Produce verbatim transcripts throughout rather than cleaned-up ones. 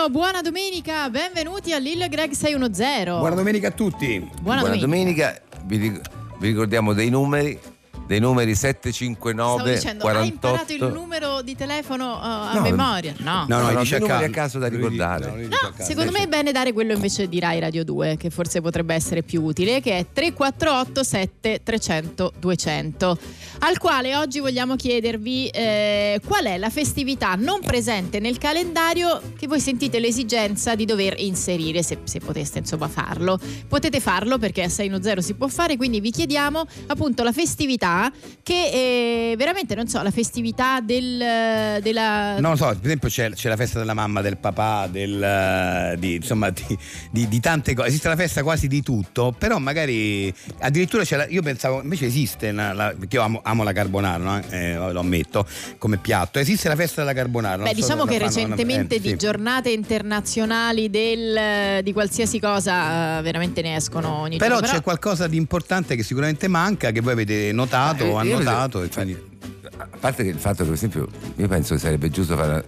Buongiorno, buona domenica, benvenuti a Lillo e Greg sei uno zero. Buona domenica a tutti. Buona, buona domenica. domenica. Vi, ric- vi ricordiamo dei numeri. Dei numeri sette cinque nove Stavo dicendo, quarantotto. hai imparato il numero di telefono uh, a No, memoria? No. No, no, no, dice a numeri caso. a caso da ricordare. No, No, secondo me è bene dare quello invece di Rai Radio due, che forse potrebbe essere più utile, che è tre quattro otto sette tre zero zero due zero zero, al quale oggi vogliamo chiedervi eh, qual è la festività non presente nel calendario che voi sentite l'esigenza di dover inserire, se, se poteste insomma farlo. Potete farlo perché a sei uno zero si può fare, quindi vi chiediamo appunto la festività che eh, veramente non so, la festività del della Non lo so, per esempio c'è, c'è la festa della mamma, del papà, del di, insomma di, di, di tante cose. Esiste la festa quasi di tutto, però magari addirittura c'è la, io pensavo invece esiste una, la, perché io amo, amo la carbonara, no? eh, lo ammetto come piatto. Esiste la festa della carbonara. Beh, so diciamo che fanno, recentemente eh, di sì. giornate internazionali del, di qualsiasi cosa uh, veramente ne escono ogni Però giorno. c'è qualcosa di importante che sicuramente manca, che voi avete notato o Eh, io annotato. E vedo- quindi... A parte che il fatto che, per esempio, io penso che sarebbe giusto fare.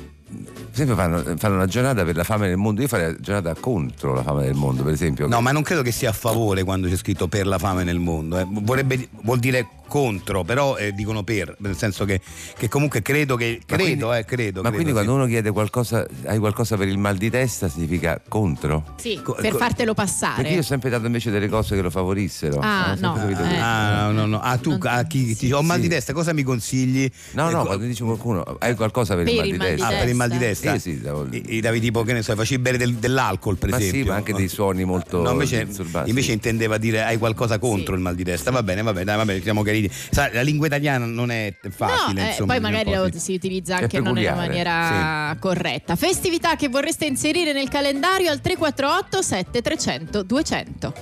Per esempio, fanno, fanno una giornata per la fame nel mondo. Io farei la giornata contro la fame nel mondo, per esempio. No, ma non credo che sia a favore quando c'è scritto per la fame nel mondo. Eh. Vorrebbe, vuol dire contro, però eh, dicono per, nel senso che, che comunque credo che Ma credo, quindi- eh, credo. Ma credo, quindi sì. quando uno chiede qualcosa, hai qualcosa per il mal di testa, significa contro? Sì, Co- per co- fartelo passare. Perché io ho sempre dato invece delle cose che lo favorissero. Ah, Ho sempre no, capito eh. così. Ah, no, no, no. Ah, tu Non- a chi ti sì, dice ho mal sì. di testa, cosa mi consigli? No, no, Ecco, quando dice qualcuno, hai qualcosa per, Per il mal il di mal di testa? ah, per il mal di testa? Sì, sì, davo- E, e davi tipo, che ne so, facevi bere del- dell'alcol, per Ma sì, esempio. ma anche dei suoni molto No, invece, disturbanti. invece intendeva dire hai qualcosa contro Sì. il mal di testa. Va bene, va bene, dai, va bene, siamo carini. Sai, la lingua italiana non è facile, no, eh, insomma. poi bisogna magari un po', lo sì. si utilizza È anche non in una peculiare, maniera corretta. Festività che vorreste inserire nel calendario al tre quattro otto sette tre zero zero due zero zero.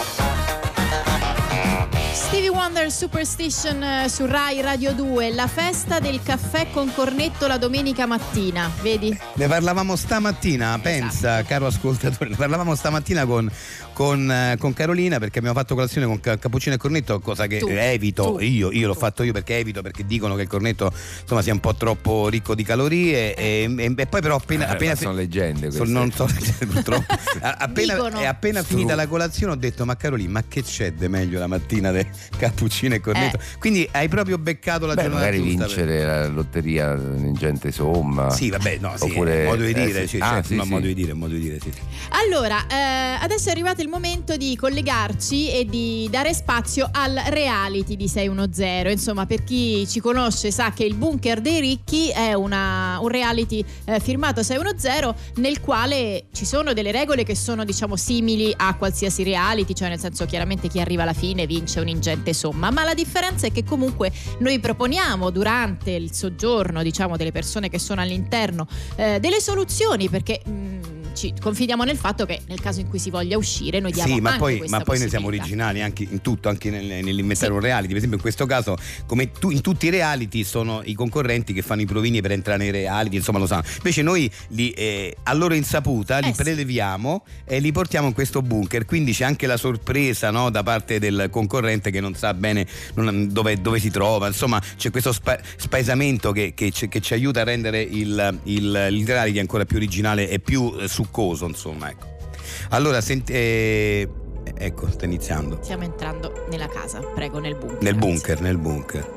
Stevie Wonder Superstition eh, su Rai Radio due, la festa del caffè con cornetto la domenica mattina, vedi? Ne parlavamo stamattina, pensa, Esatto. caro ascoltatore, ne parlavamo stamattina con, con, eh, con Carolina, perché abbiamo fatto colazione con ca- cappuccino e cornetto, cosa che Tu, evito, tu, io, io l'ho tu. fatto io perché evito, perché dicono che il cornetto insomma sia un po' troppo ricco di calorie e, e- e poi però appena, Eh, appena ma sono leggende so- queste. non so purtroppo A- appena, Dicono. è appena Stru- finita la colazione ho detto ma Carolina, ma che c'è di meglio la mattina del cappuccino e cornetto? Quindi hai proprio beccato la Beh, giornata magari giusta per- vincere la lotteria, un'ingente somma. Sì, vabbè, no, sì, Oppure- è modo di eh, dire, sì. sì, Ah, certo, sì, no, sì. modo di dire, modo di dire, sì. Allora, eh, adesso è arrivato il momento di collegarci e di dare spazio al reality di sei uno zero. Insomma, per chi ci conosce sa che il Bunker dei Ricchi è una, un reality eh, firmato sei uno zero nel quale ci sono delle regole che sono, diciamo, simili a qualsiasi reality, cioè nel senso chiaramente chi arriva alla fine vince un'ingente somma, ma la differenza è che comunque noi proponiamo durante il soggiorno, diciamo, delle persone che sono all'interno eh, delle soluzioni, perché mh, ci confidiamo nel fatto che nel caso in cui si voglia uscire noi diamo Sì, ma anche poi, questa ma poi noi siamo possibilità. originali anche in tutto, anche nel- nell'inventare Sì. un reality. Per esempio in questo caso, come tu, in tutti i reality sono i concorrenti che fanno i provini per entrare nei reality, insomma lo sanno. Invece noi li, eh, a loro insaputa li Eh sì. preleviamo e li portiamo in questo bunker, quindi c'è anche la sorpresa, no, da parte del concorrente che non sa bene non- dove, dove si trova, insomma c'è questo spa- spaesamento che, che ci- che ci aiuta a rendere il, il, il reality ancora più originale e più eh, succoso, insomma, ecco. Allora, senti, eh, ecco, sta iniziando. Stiamo entrando nella casa, prego, nel bunker. Nel anzi. bunker, nel bunker.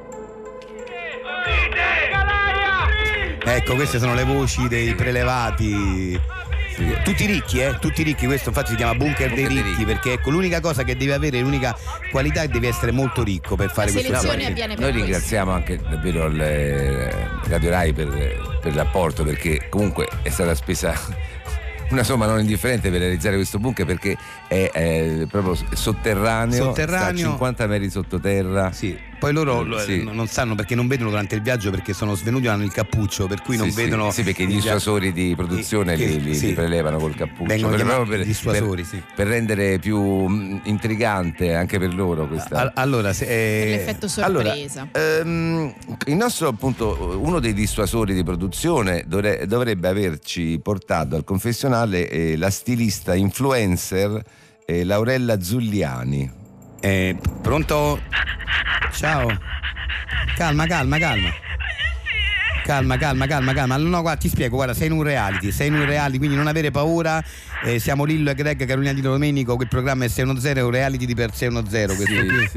Ecco, queste sono le voci dei prelevati. Tutti ricchi, eh? Tutti ricchi, questo infatti si chiama bunker dei Bunker dei ricchi, ricchi. perché ecco, l'unica cosa che devi avere, l'unica qualità è che devi essere molto ricco per fare La questo selezione lavoro. avviene per Noi questo. ringraziamo anche davvero il eh, Radio Rai per, per l'apporto, perché comunque è stata spesa una somma non indifferente per realizzare questo bunker, perché è, è proprio sotterraneo, Sotterraneo. sta a cinquanta metri sottoterra. Sì. Poi loro lo- Sì. non sanno perché non vedono durante il viaggio, perché sono svenuti, hanno il cappuccio, per cui non Sì, sì. vedono. Sì, perché i il- dissuasori di produzione che- li, li- sì. li prelevano col cappuccio. Vengono per, chiamati proprio per, dissuasori, per, sì. per rendere più mh, intrigante anche per loro questa. Al- Allora, se, eh, Per l'effetto sorpresa. Allora, ehm, il nostro, appunto, uno dei dissuasori di produzione dovre- dovrebbe averci portato al confessionale eh, la stilista influencer eh, Laurella Zuliani. eh, pronto? Ciao. Calma, calma, calma. calma, calma, calma, calma. No, guarda, ti spiego, guarda, sei in un reality, sei in un reality, quindi non avere paura. Eh, siamo Lillo e Greg, Carolina Di Domenico, quel programma è sei uno zero, è un reality di per sei uno zero. Questo Sì, qui. sì.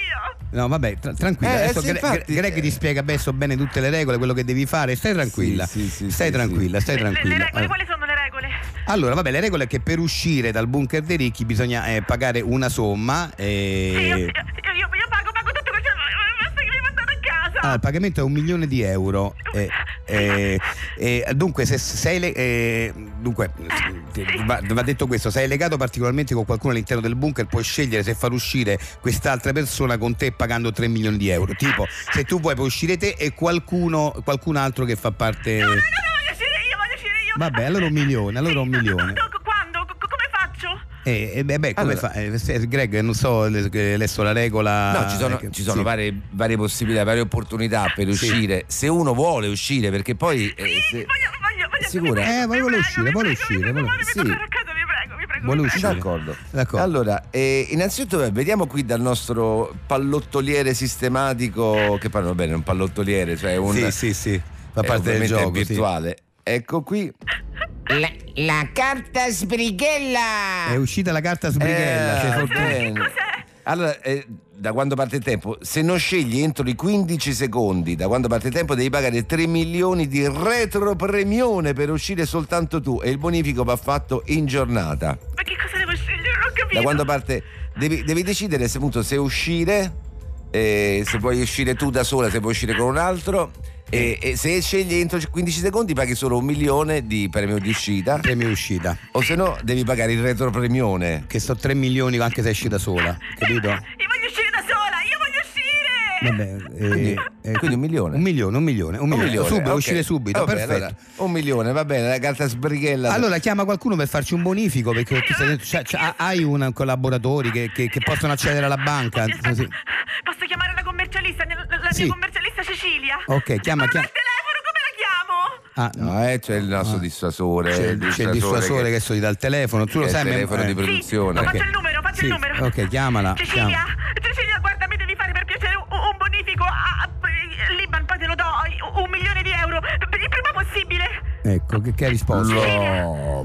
No, vabbè, tra- tranquilla. Eh, Adesso sì, Gre- infatti, Greg eh. ti spiega adesso bene tutte le regole, quello che devi fare. Stai tranquilla. Sì, sì, sì, stai sì, tranquilla, sì. stai Le, tranquilla. le regole, Allora. quali sono le regole? Allora, vabbè, le regole è che per uscire dal bunker dei ricchi bisogna eh, pagare una somma. E... Sì, io, io, io, io pago, pago tutto questo, basta che mi mandate a casa. Ah, il pagamento è un milione di euro. Eh, eh, eh, dunque, se sei le- eh, dunque, ti- va, va detto questo: sei legato particolarmente con qualcuno all'interno del bunker, puoi scegliere se far uscire quest'altra persona con te pagando tre milioni di euro. Tipo, se tu vuoi, puoi uscire te e qualcuno, qualcun altro che fa parte. No, no, no, voglio uscire io, voglio uscire io. Vabbè, allora un milione, allora un milione. No, no, quando? Co- come faccio? E eh, beh, beh, come Allora. fa? Eh, se- Greg, non so, le- che adesso la regola. No, ci sono, eh, ci sono sì. varie, varie possibilità, varie opportunità per Sì. uscire. Se uno vuole uscire, perché poi. eh, Sì, se- voglio, voglio, voglio. Sicura? mi prego, Eh, vuole mi prego, uscire, mi vuole prego, uscire, mi prego, vuole- mi sì. tornare a casa, mi prego, mi prego. Vuole mi prego. uscire. D'accordo. D'accordo. Allora, eh, innanzitutto eh, vediamo qui dal nostro pallottoliere sistematico, che poi va bene, un pallottoliere, cioè un Sì, sì, sì. Fa eh, parte del ovviamente è gioco. sì. virtuale. Ecco qui. La, la carta sbrighella! È uscita la carta sbrighella. Eh, sei fortunato. bene. Cos'è? Allora, eh, da quando parte il tempo, se non scegli entro i quindici secondi, da quando parte il tempo devi pagare tre milioni di retropremione per uscire soltanto tu e il bonifico va fatto in giornata. Ma che cosa devo scegliere? Non ho capito. Da quando parte devi, devi decidere se appunto se uscire, eh, se vuoi uscire tu da sola, se vuoi uscire con un altro. E, e se scegli entro quindici secondi paghi solo un milione di premio di uscita, Premio uscita. o se no devi pagare il retropremione. Che sto tre milioni anche se esci da sola. Capito? Io voglio uscire da sola, io voglio uscire. Vabbè, eh, Quindi- eh, quindi un milione. Un milione, un milione, un milione. Subito, ok. uscire subito. Vabbè, Perfetto. allora, un milione, va bene, la carta sbrighella. Allora chiama qualcuno per farci un bonifico perché ti stai dentro- cioè, cioè, hai un collaboratori che, che- che possono accedere alla banca. Aspetta, Così. Posso chiamare la commercialista, la, la Sì. mia commercialista Cecilia? Ok, chiama, Ma chiama. il telefono come la chiamo? Ah, No, eh, c'è il nostro Ah. dissuasore. C'è, il- c'è il dissuasore che, so di dal telefono. Tu che lo è sai il mem- telefono eh. di produzione. Sì, Ok. faccio il numero, faccio Sì, il numero. ok, chiamala, Cecilia, chiama. Cecilia, guarda, mi devi fare per piacere un, un bonifico a, a, l'Iban, poi te lo do, un, un milione di euro, per il prima possibile. Ecco, che, che hai risposto? La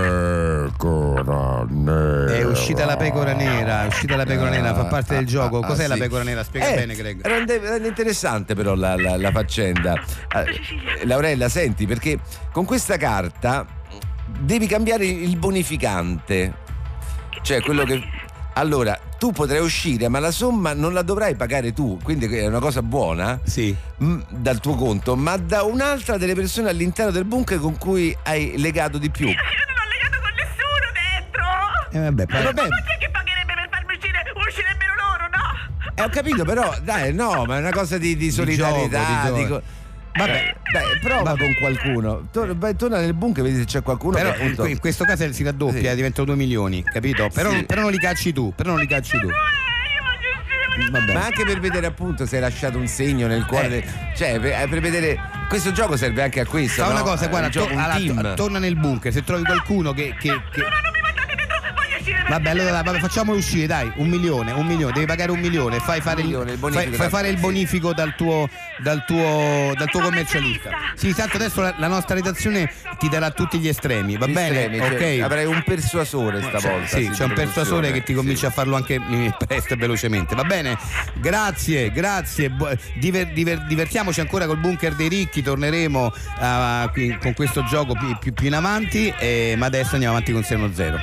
pecora nera. È uscita la pecora nera, è uscita la pecora nera, fa parte del Ah, gioco. ah, Cos'è ah, la sì. pecora nera? Spiega Eh, bene, Greg. Rende, rende interessante però la, la- la faccenda. Eh, Laurella, senti, perché con questa carta devi cambiare il bonificante. Cioè quello che... Allora, tu potrai uscire, ma la somma non la dovrai pagare tu, quindi è una cosa buona Sì. mm, dal tuo conto, ma da un'altra delle persone all'interno del bunker con cui hai legato di più. Io non ho legato con nessuno dentro. Eh, vabbè, pa- vabbè. Ma chi è che pagherebbe per farmi uscire? Uscirebbero loro, no? Eh, ho capito, però, dai, no, ma è una cosa di, di solidarietà. gioco, di di gioco. co- Vabbè, dai, prova con qualcuno. Tor- vai, torna nel bunker e vedi se c'è qualcuno Però che appunto... in questo caso si raddoppia, Sì. eh, diventano due milioni, capito? Però, Sì. però non li cacci tu, però non li cacci tu. Eh, io voglio uscire, voglio Vabbè. Ma anche per vedere appunto se hai lasciato un segno nel cuore, Eh. del- cioè per, per vedere, questo gioco serve anche a questo. Fa no? una cosa, È guarda, un gioco, to- un allora, team. to- torna nel bunker, se trovi qualcuno che... che- che- No, no, non mi mandate dentro, voglio uscire. Vabbè, allora dai, vabbè, facciamolo uscire, dai, un milione, un milione, devi pagare un milione, fai fare il, milione, il bonifico fai, fai da- fare il bonifico dal tuo, dal tuo, dal tuo commercialista. Sì, tanto adesso la, la nostra redazione ti darà tutti gli estremi, va Gli bene? estremi, cioè, ok. avrai un persuasore stavolta. Sì, di c'è un persuasore produzione. che ti convince Sì. a farlo anche eh, presto e velocemente, va bene? Grazie, grazie. Bu- diver- diver- divertiamoci ancora col bunker dei ricchi, torneremo ah, qui- con questo gioco più, più- più in avanti, eh, ma adesso andiamo avanti con sei uno zero.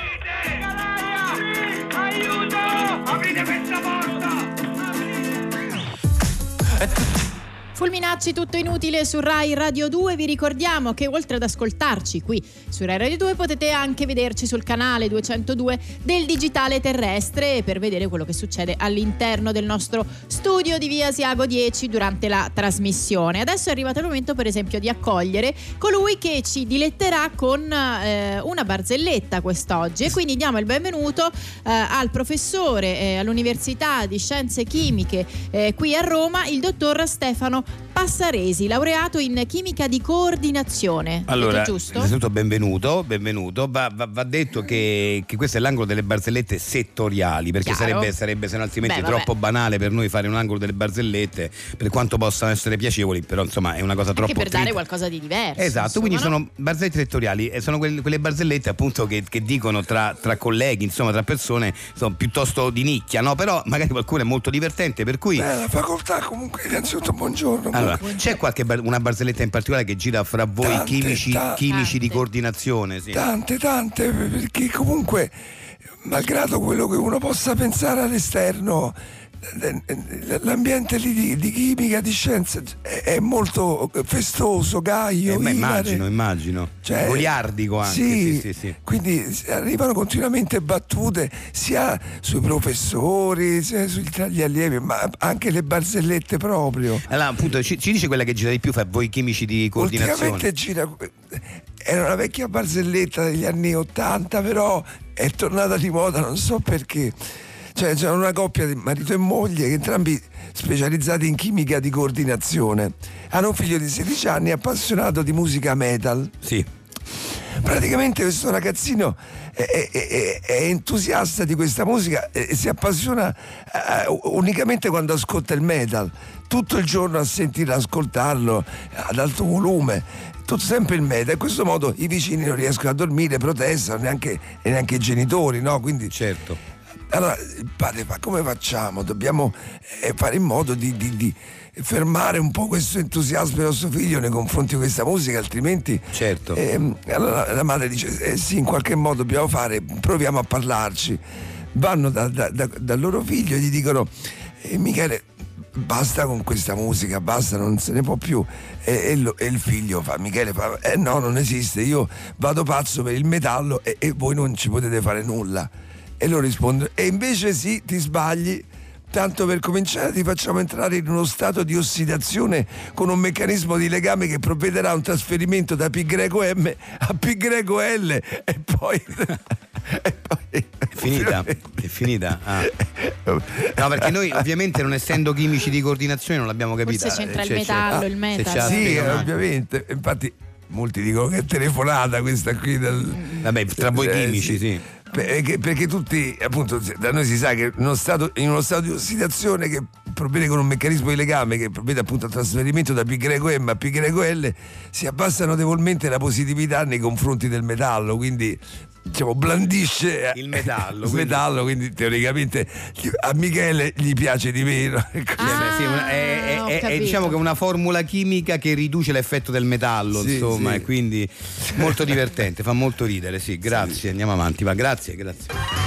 Aiuto! Aprite questa porta! Fulminacci tutto inutile su Rai Radio due. Vi ricordiamo che oltre ad ascoltarci qui su Rai Radio due potete anche vederci sul canale duecentodue del digitale terrestre per vedere quello che succede all'interno del nostro studio di via Asiago dieci durante la trasmissione. Adesso è arrivato il momento per esempio di accogliere colui che ci diletterà con eh, una barzelletta quest'oggi e quindi diamo il benvenuto eh, al professore eh, all'Università di Scienze Chimiche eh, qui a Roma, il dottor Stefano Passaresi, laureato in chimica di coordinazione. Allora, detto giusto? innanzitutto benvenuto, benvenuto. Va, va, va detto che, che questo è l'angolo delle barzellette settoriali, perché Chiaro. sarebbe, sarebbe se no altrimenti Beh, troppo vabbè. banale per noi fare un angolo delle barzellette, per quanto possano essere piacevoli, però insomma è una cosa Anche troppo per dare trita. qualcosa di diverso. Esatto, insomma, quindi no? sono barzellette settoriali e sono quelle, quelle barzellette appunto che, che dicono tra, tra colleghi, insomma tra persone, insomma, piuttosto di nicchia, no? Però magari qualcuno è molto divertente, per cui Beh, la facoltà comunque, innanzitutto buongiorno. allora, c'è qualche bar- una barzelletta in particolare che gira fra voi Tante, chimici, ta- chimici di Tante. coordinazione? Sì. Tante, tante, perché comunque, malgrado quello che uno possa pensare all'esterno, l'ambiente lì di, di chimica, di scienze è, è molto festoso, gaio, Eh, ma ilare. immagino, immagino. Cioè, Goliardico anche. Sì, Sì, sì, sì. quindi arrivano continuamente battute sia sui professori, sia sui, tra gli allievi, ma anche le barzellette proprio. Allora, appunto, ci, ci dice quella che gira di più fra voi chimici di coordinazione. Ultimamente gira, era una vecchia barzelletta degli anni ottanta, però è tornata di moda, non so perché. Cioè c'è una coppia di marito e moglie che entrambi specializzati in chimica di coordinazione hanno un figlio di sedici anni appassionato di musica metal. Sì. Praticamente questo ragazzino è, è- è- è entusiasta di questa musica e si appassiona eh, unicamente quando ascolta il metal, tutto il giorno a sentire, ascoltarlo ad alto volume, tutto sempre il metal. In questo modo i vicini non riescono a dormire, protestano, neanche, e neanche i genitori, no? Quindi Certo. allora il padre fa: come facciamo? Dobbiamo eh, fare in modo di, di- di fermare un po' questo entusiasmo del nostro figlio nei confronti di questa musica, altrimenti Certo. ehm, allora la madre dice: eh, sì, in qualche modo dobbiamo fare, proviamo a parlarci. Vanno da- da- da- dal loro figlio e gli dicono: eh, Michele, basta con questa musica, basta, non se ne può più. E, e lo- e il figlio fa, Michele fa: eh no, non esiste, io vado pazzo per il metallo e, e voi non ci potete fare nulla. E loro rispondono: e invece sì, ti sbagli. Tanto per cominciare ti facciamo entrare in uno stato di ossidazione con un meccanismo di legame che provvederà a un trasferimento da P Y M a P Y L e poi... e poi È finita? È finita? Ah. No, perché noi ovviamente non essendo chimici di coordinazione non l'abbiamo capita. Forse c'entra il Cioè, metallo, c'è- il se metal. ci ha Sì, spiegato. ovviamente. Infatti molti dicono che è telefonata questa qui dal... Vabbè, tra voi Eh, chimici, sì. Perché, perché tutti, appunto, da noi si sa che in uno stato, in uno stato di ossidazione che provvede con un meccanismo di legame che provvede appunto al trasferimento da P Y M a P Y L, si abbassa notevolmente la positività nei confronti del metallo, quindi diciamo blandisce Il metallo, il quindi- metallo, quindi teoricamente a Michele gli piace di meno. Ah, Sì, una- è, è- ho è- è, capito. diciamo che una formula chimica che riduce l'effetto del metallo, Sì, insomma, sì. e quindi molto divertente, fa molto ridere, sì, grazie, andiamo avanti, va, grazie, grazie.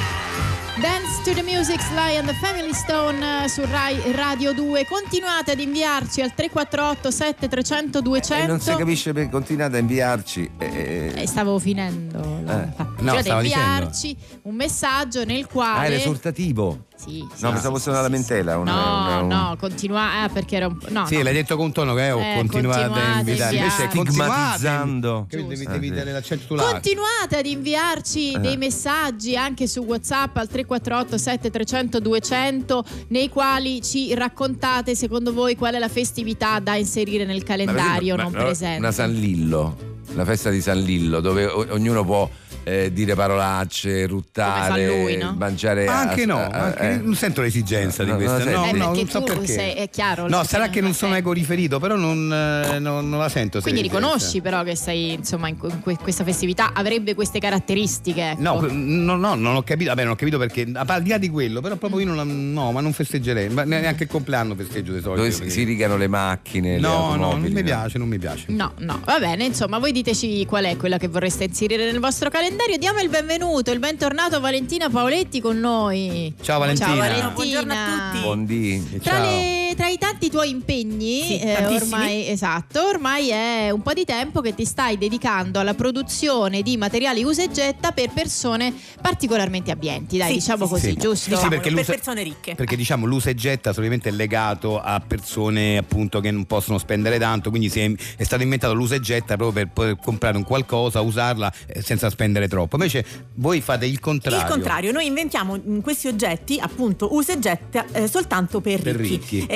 Dance to the Music, Sly and the Family Stone eh, su Rai Radio due. Continuate ad inviarci al tre quattro otto sette tre zero zero due E zero non si capisce perché continuate a inviarci. eh, Eh, stavo finendo. la- Eh. fa- No, continuate a stava inviarci un messaggio nel quale Ah, è l'esortativo. Sì, sì, No, sì, pensavo sì, fosse una sì, lamentela, sì. una- no, una- un- no, continua, eh, perché era un po'. No, Sì, no. l'hai detto con tono che ho Eh, continuato a continuate a invitare. inviare. Invece continuate, Stigmatizzando. capito? Devi, Giusto. devi Ah, sì. dare l'accento sull'H. Continuate ad inviarci dei messaggi anche su WhatsApp al tre quattro otto sette tre zero zero due zero zero nei quali ci raccontate secondo voi qual è la festività da inserire nel calendario Ma- non ma- presente. Una San Lillo, la festa di San Lillo, dove o- ognuno può eh, dire parolacce, ruttare, Come fa lui, no? mangiare. Anche a- no, a- anche- eh. non sento l'esigenza No, di no, questa. no, No, senti. Eh, no, perché non so tu perché. sei- è chiaro, No, lo sarà sai, che non la sono senti. ego riferito, però non, eh, non- non la sento. Quindi se- riconosci però che sei insomma in que- in que- questa festività avrebbe queste caratteristiche, ecco. No, que- no, no, non ho capito. Vabbè, non ho capito perché. Al di là di quello, però proprio io non la- no, ma non festeggerei. Ma neanche il compleanno festeggio di solito. Dove si, perché- si rigano le macchine, le No, no, automobili. non mi no? piace, non mi piace. No, no, va bene, insomma, voi diteci qual è quella che vorreste inserire nel vostro calendario. Diamo il benvenuto, il bentornato a Valentina Paoletti con noi. Ciao Valentina. Ciao Valentina. Buongiorno a tutti. Buondì. Tra, Ciao. le- tra i tanti tuoi impegni, Sì, eh, tantissimi. ormai esatto, ormai è un po' di tempo che ti stai dedicando alla produzione di materiali usa e getta per persone particolarmente abbienti, dai, Sì, diciamo sì, così, sì. giusto? Sì, Diciamolo, perché per l'usa- persone ricche. Perché diciamo l'usa e getta solitamente è legato a persone appunto che non possono spendere tanto, quindi si è, è stato inventato l'usa e getta proprio per poter comprare un qualcosa, usarla eh, senza spendere troppo. Invece voi fate il contrario. Il contrario, noi inventiamo mh, questi oggetti, appunto, usa e getta eh, soltanto per Per ricchi. ricchi. Eh,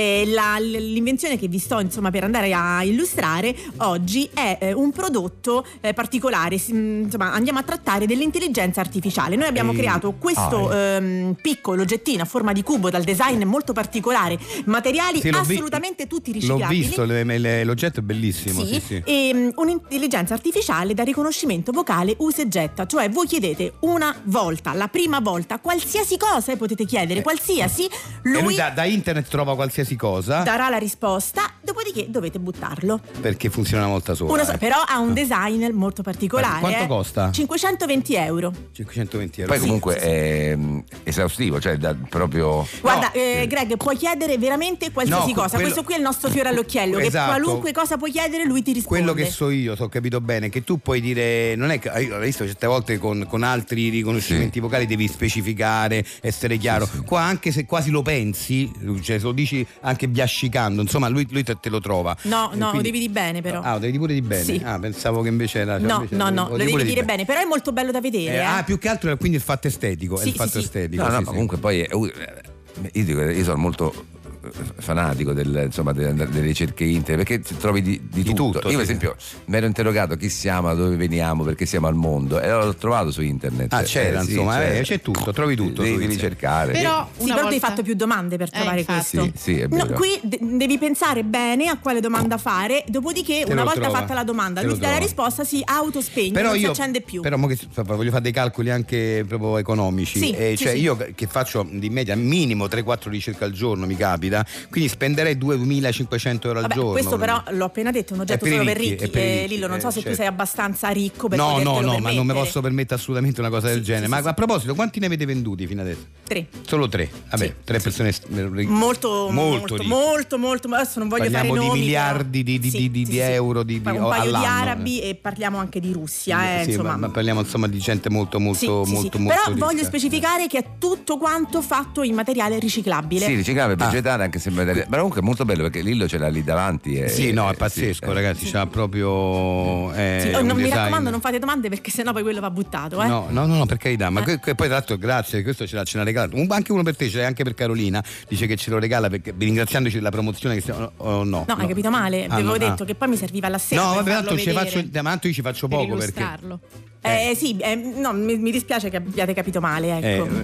Eh, la, l'invenzione che vi sto insomma per andare a illustrare oggi è eh, un prodotto eh, particolare, si, insomma andiamo a trattare dell'intelligenza artificiale. Noi abbiamo Ehi. creato questo Ah, ehm, piccolo oggettino a forma di cubo dal design molto particolare, materiali Sì, l'ho vi- assolutamente tutti L'ho riciclabili. visto, le- le- l'oggetto è bellissimo. Sì, sì. E um, un'intelligenza artificiale da riconoscimento vocale usa e getta, cioè voi chiedete una volta, la prima volta, qualsiasi cosa eh, potete chiedere, qualsiasi, E lui, lui da, da internet trova qualsiasi cosa darà la risposta, dopodiché dovete buttarlo. perché funziona una volta sola. Una so- eh. però ha un design molto particolare. Quanto eh. costa? cinquecentoventi euro. cinquecentoventi euro. Poi comunque è mm, esaustivo, cioè da, proprio. Guarda, No, eh, Greg, puoi chiedere veramente qualsiasi No, cosa. quello- Questo qui è il nostro fiore all'occhiello. Esatto. Che qualunque cosa puoi chiedere, lui ti risponde. Quello che so io, so ho capito bene, che tu puoi dire, non è che hai visto certe volte con, con altri riconoscimenti Sì. vocali devi specificare, essere chiaro. Sì, sì. Qua anche se quasi lo pensi, cioè se lo dici anche biascicando, insomma lui, lui te, te lo trova. No, E no, lo quindi- devi di bene però. Ah, lo devi pure di bene. Sì. Ah, pensavo che invece era. cioè, No, invece no, lo- no, lo lo devi pure di dire bene. bene, però è molto bello da vedere. Eh, eh. ah, più che altro è quindi il fatto estetico. è Sì, il fatto sì, sì. estetico. No, no, sì, ma sì. comunque poi è- uh, io dico, io sono molto fanatico del, insomma, delle, delle ricerche internet, perché trovi di, di Di tutto. tutto, Io sì. per esempio mi ero interrogato chi siamo, da dove veniamo, perché siamo al mondo, e l'ho trovato su internet. Ah, c'era, Eh, sì, insomma, c'è, eh, c'è tutto, trovi tutto devi, su devi internet. cercare. Però Sì, una però devi volta... fatto più domande per Eh, trovare infatti. questo. Sì, sì, è No, vero. qui de- devi pensare bene a quale domanda fare, dopodiché Te una lo volta trova. fatta la domanda, Te lui lo ti dà la trova. risposta, si autospegne, Però non io, si accende più. però mo che voglio fare dei calcoli anche proprio economici. Sì, Eh, sì, cioè sì. io che faccio di media minimo tre quattro ricerche al giorno, mi capita, quindi spenderei duemilacinquecento euro al Vabbè, giorno. questo però l'ho appena detto, è un oggetto È per i solo per ricchi, ricchi. è per i Eh, ricchi, Lillo, non so eh, se tu certo. sei abbastanza ricco per No, no, potertelo no, ma non mi permettere. posso permettere assolutamente una cosa del Sì, genere. sì, ma sì, a proposito, quanti ne avete venduti fino adesso? Tre. Solo tre. Vabbè, Sì, tre sì, persone sì. ricche. Molto, molto, ricche. molto, molto, ma adesso non voglio Parliamo fare di nomi. miliardi però- di- di- Sì, di- di- sì, di sì. euro di- Poi di- un paio all'anno. di arabi e parliamo anche di Russia, eh, Sì, insomma. ma, ma parliamo insomma di gente molto molto Sì, sì, molto sì. molto Però ricca. voglio specificare che è tutto quanto fatto in materiale riciclabile. Sì, riciclabile, Ah. vegetale, anche se ma comunque è molto bello perché Lillo ce l'ha lì davanti. E, Sì, no, è eh, pazzesco, sì, eh. ragazzi, c'ha proprio eh, Sì, oh, un non mi design. raccomando, non fate domande perché sennò poi quello va buttato, eh. No, no, no, no, per carità, ma Eh. que- que- poi tra l'altro grazie, questo ce l'ha, ce l'ha regalato. Un- anche uno per te, ce l'hai anche per Carolina, dice che ce lo regala perché, ringraziandoci della promozione che stiamo, o no? No, hai capito male, Ah, avevo no, detto ah. che poi mi serviva la sera No, per vabbè, farlo tanto ci vedere. faccio, ma tanto io ci faccio per poco perché illustrarlo. Eh, sì, eh, no, mi, mi dispiace che abbiate capito male, Eh, ecco.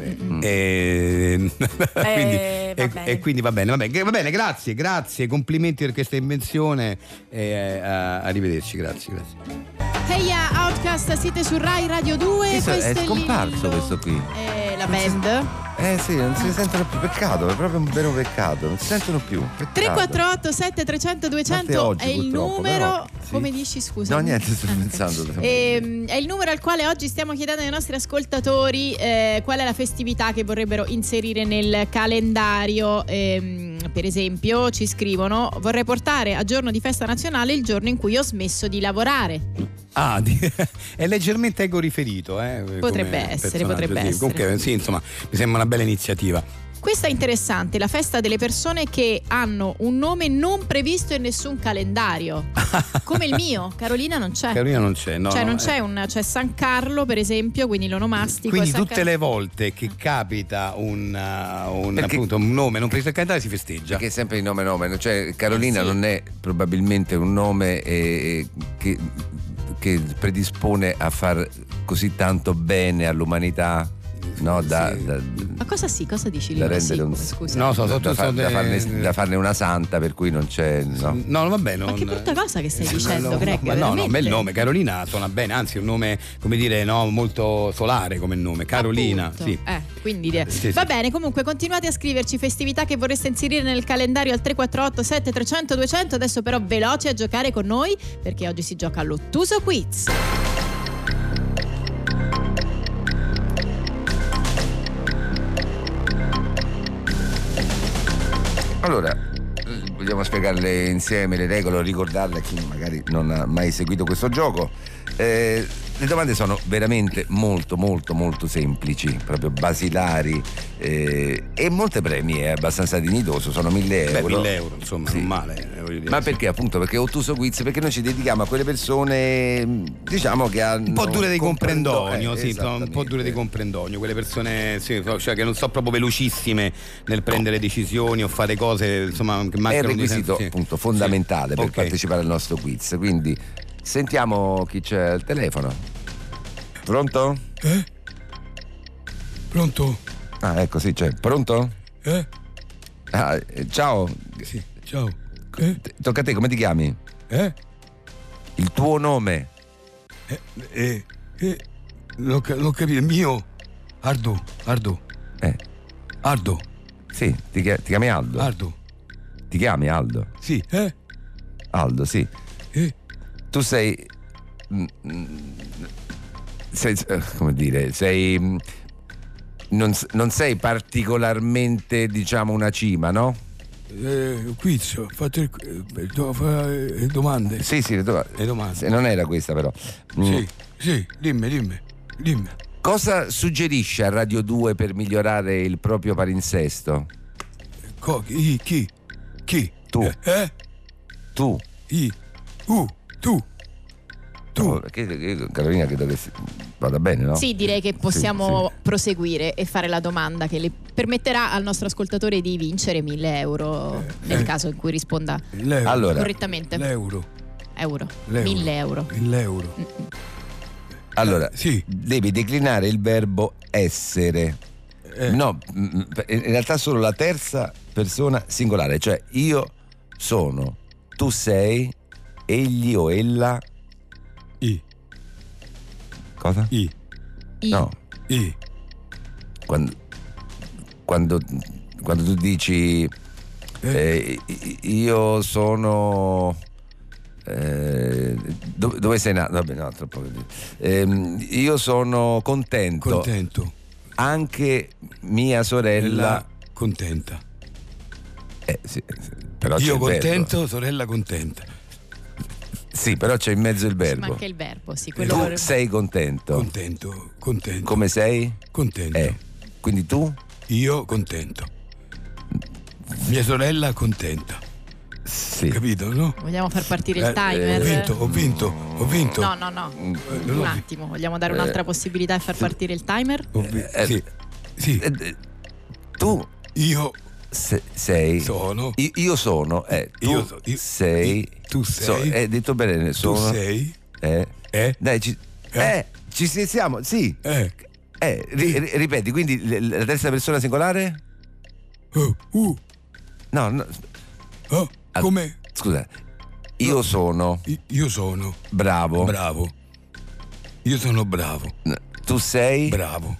eh, quindi, Eh, va e, bene. e quindi va bene, va bene, va bene, grazie, grazie, complimenti per questa invenzione e a, arrivederci, grazie, grazie. Hey ya, Outcast, siete su Rai Radio due. Questo è questo scomparso, Lillo. questo qui. Eh, la band. Eh sì, non si sentono più, peccato, è proprio un vero peccato, non si sentono più. Peccato. tre quattro otto sette tre zero zero due zero Parte zero oggi, è il purtroppo, numero. però, sì. Come dici, scusa? No, niente, sto Ah, ok. pensando. Ehm, è il numero al quale oggi stiamo chiedendo ai nostri ascoltatori eh, qual è la festività che vorrebbero inserire nel calendario. Ehm, per esempio, ci scrivono: vorrei portare a giorno di festa nazionale il giorno in cui ho smesso di lavorare. Ah, di- è leggermente ego riferito, eh, come Potrebbe essere, personaggio, potrebbe sì. essere. Comunque, sì, insomma, mi sembra una bella iniziativa. Questa è interessante, la festa delle persone che hanno un nome non previsto in nessun calendario. Come il mio, Carolina non c'è. Carolina non c'è, no. cioè no, non eh. c'è un c'è San Carlo per esempio, quindi l'onomastico. Quindi è San tutte Car- le volte che capita un, uh, un, Perché- appunto, un nome non preso al calendario si festeggia. Perché è sempre il nome nome, cioè Carolina Eh sì. non è probabilmente un nome eh, che, che predispone a far così tanto bene all'umanità, no? Da, Sì. da, Ma cosa sì, cosa dici da Lino? Sì, rendere un- scusa. No, so, so, da, so, far- so- da farne, da farne una santa, per cui non c'è. No. No, vabbè, non... Ma che brutta cosa che stai Eh, dicendo, no, Greg, ma no, no, veramente? bel nome, Carolina suona bene, anzi è un nome, come dire, no, molto solare come nome, Carolina, Appunto. sì. Eh, quindi eh, Sì, va sì. bene, comunque continuate a scriverci festività che vorreste inserire nel calendario al tre quattro otto sette tre zero zero due zero zero. Adesso però veloci a giocare con noi perché oggi si gioca all'Ottuso Quiz. Allora, eh, vogliamo spiegarle insieme le regole, ricordarle a chi magari non ha mai seguito questo gioco. Eh, le domande sono veramente molto molto molto semplici, proprio basilari, eh, e molte premi, è abbastanza dignitoso, sono mille Beh, euro. mille euro, insomma, Sì. non male. eh, voglio dire, Ma sì. perché appunto? Perché Ottuso Quiz, perché noi ci dedichiamo a quelle persone, diciamo, che hanno Un po' dure di comprendonio, eh, sì, insomma, un po' dure di comprendonio, quelle persone sì, cioè, che non sono proprio velocissime nel prendere decisioni o fare cose, insomma, che È il mancano di requisito senso, sì. appunto fondamentale Sì. per Ok. partecipare al nostro quiz. Quindi sentiamo chi c'è al telefono. Pronto? Eh? Pronto? Ah, ecco, sì, c'è. Pronto? Eh? Ah, eh, ciao. Sì, ciao. Eh? T- Tocca a te, come ti chiami? Eh? Il tuo nome? Eh? Eh? eh non, ca- non capito, il mio? Ardo, Ardo, Eh, Ardo, sì, ti, chia- ti chiami Aldo? Ardo. Ti chiami Aldo? Sì, eh? Aldo, sì. Eh? Tu sei. mm, mm, sei eh, come dire, sei. mm, Non, s- non sei particolarmente, diciamo, una cima, no? Eh, quiz, fate il, eh, do- fa- eh, domande. Sì, sì, le do- Le domande. sì, non era questa però. Mm. Sì, sì, dimmi, dimmi, dimmi. Cosa suggerisce a Radio due per migliorare il proprio palinsesto? Co- chi? Chi? Chi? Tu. Eh? eh? Tu. I. Uh, tu. Tu. No, perché io, Carolina, credo che si- vada bene, no? Sì, direi che possiamo proseguire e fare la domanda che le permetterà al nostro ascoltatore di vincere mille euro nel eh. caso in cui risponda L'euro. Allora, correttamente. L'euro. Euro. L'euro. Mille euro. L'euro. allora Sì. devi declinare il verbo essere. Eh. No, mm, in realtà solo la terza persona singolare, cioè io sono, tu sei, egli o ella. I. Cosa? I. I. No, I. quando, quando, quando tu dici eh, io sono eh, dove, dove sei nato? Vabbè, no, troppo. Ehm, io sono contento, Contento. anche mia sorella. Ella contenta. Eh, sì, sì, però c'è Io il verbo. contento, sorella contenta. Sì, però c'è in mezzo il Ci verbo. manca il verbo, sì, quello Tu vorremmo- sei contento. Contento, contento. Come sei? Contento. Eh. Quindi tu? Io contento. Mia sorella contenta. Sì. Capito, no? Vogliamo far partire Eh, il timer? Ho vinto, ho vinto, ho vinto. No, no, no. non Un ho- attimo, vogliamo dare un'altra possibilità e far partire il timer? Ho vi- Eh, sì, sì. Eh, eh, tu Io se- sei. sono. Io, io sono. Eh, tu Io so- io- sei. io- tu sei. So, eh, detto bene, Tu sono. sei. Eh. Eh? Dai, ci, Eh? eh, ci si- siamo, sì. Eh. Eh, ri- ri- ripeti, quindi l- la terza persona singolare? Oh, uh. No, no, Oh, Ah. come? scusa. Io sono I- Io sono bravo. bravo. Io sono bravo. Tu sei? Bravo.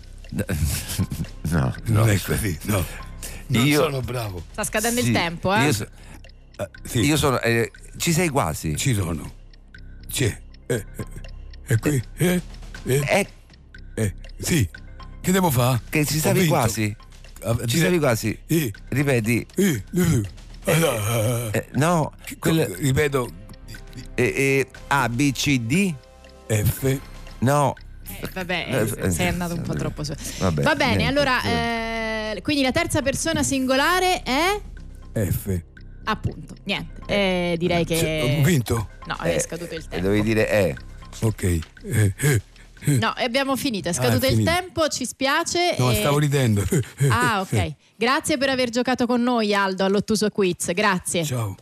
No, Non no. è così, no. Non Io- sono bravo. Sta scadendo Sì, il tempo, eh? Io, so- Ah, sì, io sono. eh, ci sei quasi. ci sono. C'è. Eh, eh, è qui. Eh? Eh? Eh, Eh, sì. Che devo fare? che ci Ho stavi vinto. quasi. Ah, Ci dire- stavi quasi. Eh, Ripeti. eh, eh. Allora, Eh, no, che- quella- ripeto. eh, eh, A, B, C, D. F. No. Eh, vabbè, Eh, eh, sei andato un po' vabbè. troppo su. Vabbè, Va bene, niente, allora, vabbè. eh, quindi la terza persona singolare è F. appunto, niente. Eh, direi Cioè, che ho vinto? no, è Eh, scaduto il E tempo. dovevi dire eh. Ok. Eh, eh. No, e abbiamo finito, è Ah, scaduto è il finito. tempo, ci spiace. No, e- stavo ridendo. Ah, ok. Grazie per aver giocato con noi, Aldo, all'Ottuso Quiz. Grazie. Ciao.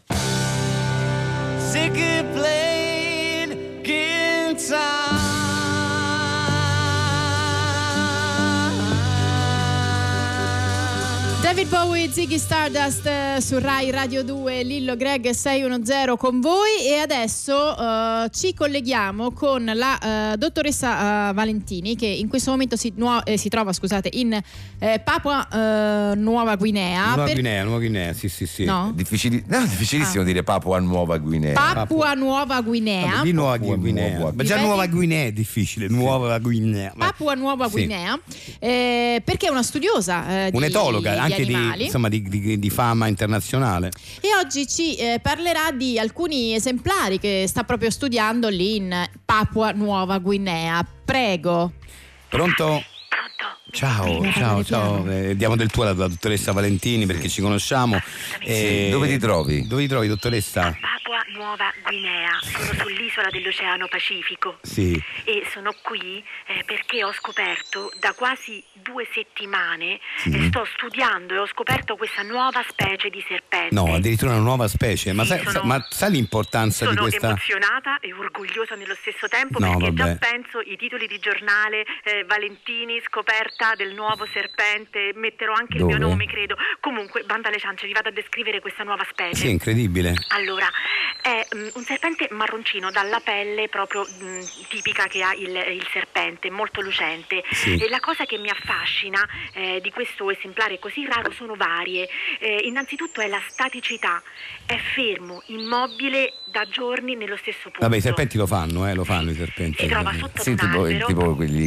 Sick of playing guitar. David Bowie, Ziggy Stardust eh, su Rai Radio due, Lillo Greg sei uno zero con voi e adesso eh, ci colleghiamo con la eh, dottoressa eh, Valentini che in questo momento si, nuo- eh, si trova scusate, in eh, Papua eh, Nuova Guinea. Nuova per- Guinea, Nuova Guinea, sì, sì, sì. No? Difficili- no, difficilissimo Ah. dire Papua Nuova Guinea. Papua Nuova Guinea. Vabbè, di Nuova Papua Guinea. Nuova- Ma già Ripeti? Nuova Guinea è difficile, Nuova Guinea. Ma- Papua Nuova Sì. Guinea, eh, perché è una studiosa eh, di- Un'etologa, di anche anche di, animali. insomma, di, di, di fama internazionale. E oggi ci eh, parlerà di alcuni esemplari che sta proprio studiando lì in Papua Nuova Guinea. Prego. Pronto? Ciao, Prego, ciao, parli ciao. piano. Eh, diamo del tuo alla dottoressa Valentini perché ci conosciamo. Eh, Dove ti trovi? Dove ti trovi, dottoressa? Papua Nuova Guinea, sono sull'isola dell'Oceano Pacifico. Sì. E sono qui eh, perché ho scoperto da quasi due settimane, eh, sto studiando e ho scoperto questa nuova specie di serpente. No, addirittura una nuova specie. Ma, Sì, sai, sono- ma sai l'importanza di Sono questa? emozionata e orgogliosa nello stesso tempo No, perché vabbè. già penso i titoli di giornale, eh, Valentini, scoperta del nuovo serpente, metterò anche Dove? il mio nome, credo. Comunque, banda alle ciance, vi vado a descrivere questa nuova specie. Sì, incredibile. Allora, è mm, un serpente marroncino dalla pelle proprio mm, tipica che ha il, il serpente, molto lucente. Sì. E la cosa che mi affascina eh, di questo esemplare così raro sono varie. Eh, innanzitutto è la staticità, è fermo, immobile da giorni nello stesso punto. Vabbè, i serpenti lo fanno, eh, lo fanno i serpenti. Si trova sotto Sì, un tipo, albero. tipo quelli,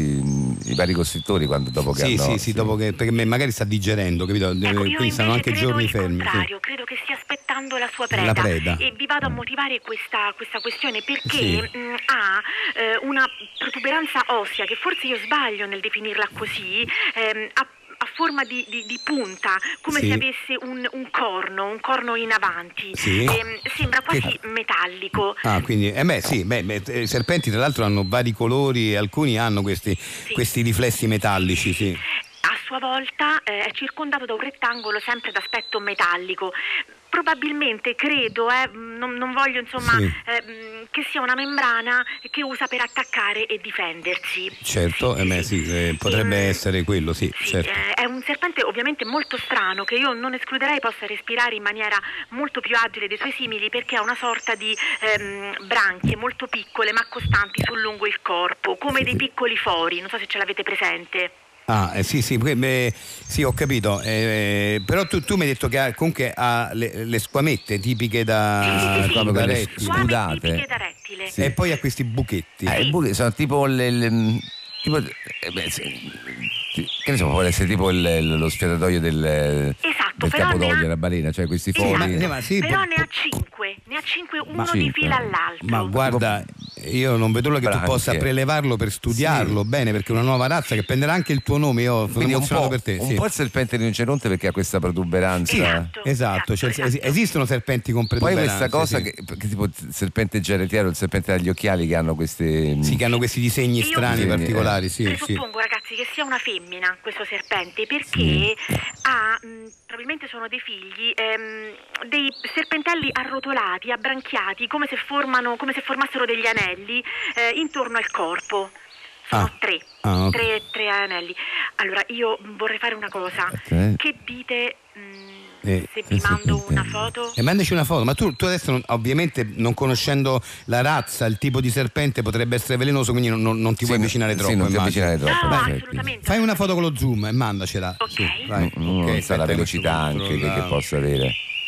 i, i vari costruttori quando dopo che Sì, hanno... sì, sì, dopo che perché magari sta digerendo, capito? Ecco, Eh, io Quindi stanno invece anche credo giorni il fermi. sì. contrario, credo che stia aspettando la sua preda, La preda. e vi vado a motivare questa, questa questione perché Sì. mh, ha eh, una protuberanza ossea che forse io sbaglio nel definirla così, ehm, ha a forma di, di, di punta, come Sì. se avesse un, un corno, un corno in avanti. Sì. Ehm, sembra quasi Che- metallico. Ah, quindi, eh beh, sì, beh, beh, i serpenti tra l'altro hanno vari colori e alcuni hanno questi, questi riflessi metallici, sì. A sua volta eh, è circondato da un rettangolo sempre d'aspetto metallico. Probabilmente, credo, eh, non, non voglio insomma, Sì. eh, che sia una membrana che usa per attaccare e difendersi. Certo, Sì, eh beh, sì, eh, potrebbe Ehm, essere quello, sì, sì, certo. eh, è un serpente ovviamente molto strano che io non escluderei possa respirare in maniera molto più agile dei suoi simili perché ha una sorta di ehm, branchie molto piccole ma costanti sul lungo il corpo, come dei piccoli fori, non so se ce l'avete presente. Ah, eh, sì, sì, que- beh, sì, ho capito. eh, però tu, tu mi hai detto che ha, comunque ha le, le squamette tipiche da, Sì, sì, sì, sì. da Quelle rettile. scu- Squame Scudate. tipiche da rettile. E poi ha questi buchetti. Eh, i buchi sono tipo le... le- tipo, eh, beh, sì, che ne so, può essere tipo il- lo sfiatatoio del, Esatto, del però capodoglio, ne ha- la balena, cioè questi Esatto. fori. Ma- ma sì, Però po- ne ha cinque, ne ha cinque uno Ma di cinque? fila all'altro. Ma guarda, io non vedo l'ora che tu Branchie. possa prelevarlo per studiarlo bene, perché è una nuova razza che prenderà anche il tuo nome. Io sono Quindi un emozionato po', per te. un sì. po' il serpente rinoceronte perché ha questa protuberanza. Sì, Esatto, esatto, cioè, esatto, es- esatto. esistono serpenti con Poi protuberanze. questa cosa sì. che, che tipo il serpente giarretiero, il serpente dagli occhiali che hanno queste... Sì, che hanno questi disegni Io- strani, Sì, particolari, sì, sì. Presuppongo, ragazzi, che sia una femmina questo serpente perché ha, mh, probabilmente sono dei figli, ehm, dei serpentelli arrotolati, abbranchiati, come se, formano, come se formassero degli anelli eh, intorno al corpo. Sono Ah. tre, Ah, ok. tre, tre anelli. Allora, io vorrei fare una cosa. Ok. Che dite mh, Eh, se che vi mando serpente? una foto? E mandaci una foto, ma tu, tu adesso non- ovviamente non conoscendo la razza, il tipo di serpente potrebbe essere velenoso, quindi non, non- non ti Sì, puoi no- avvicinare sì, troppo. non ti immagino. avvicinare troppo, No, in effetti. assolutamente. Fai una foto con lo zoom e mandacela. Ok. Sì, vai. Mm, mm, Ok, non sa la aspetta, velocità adesso anche che, che controlliamo. possa avere.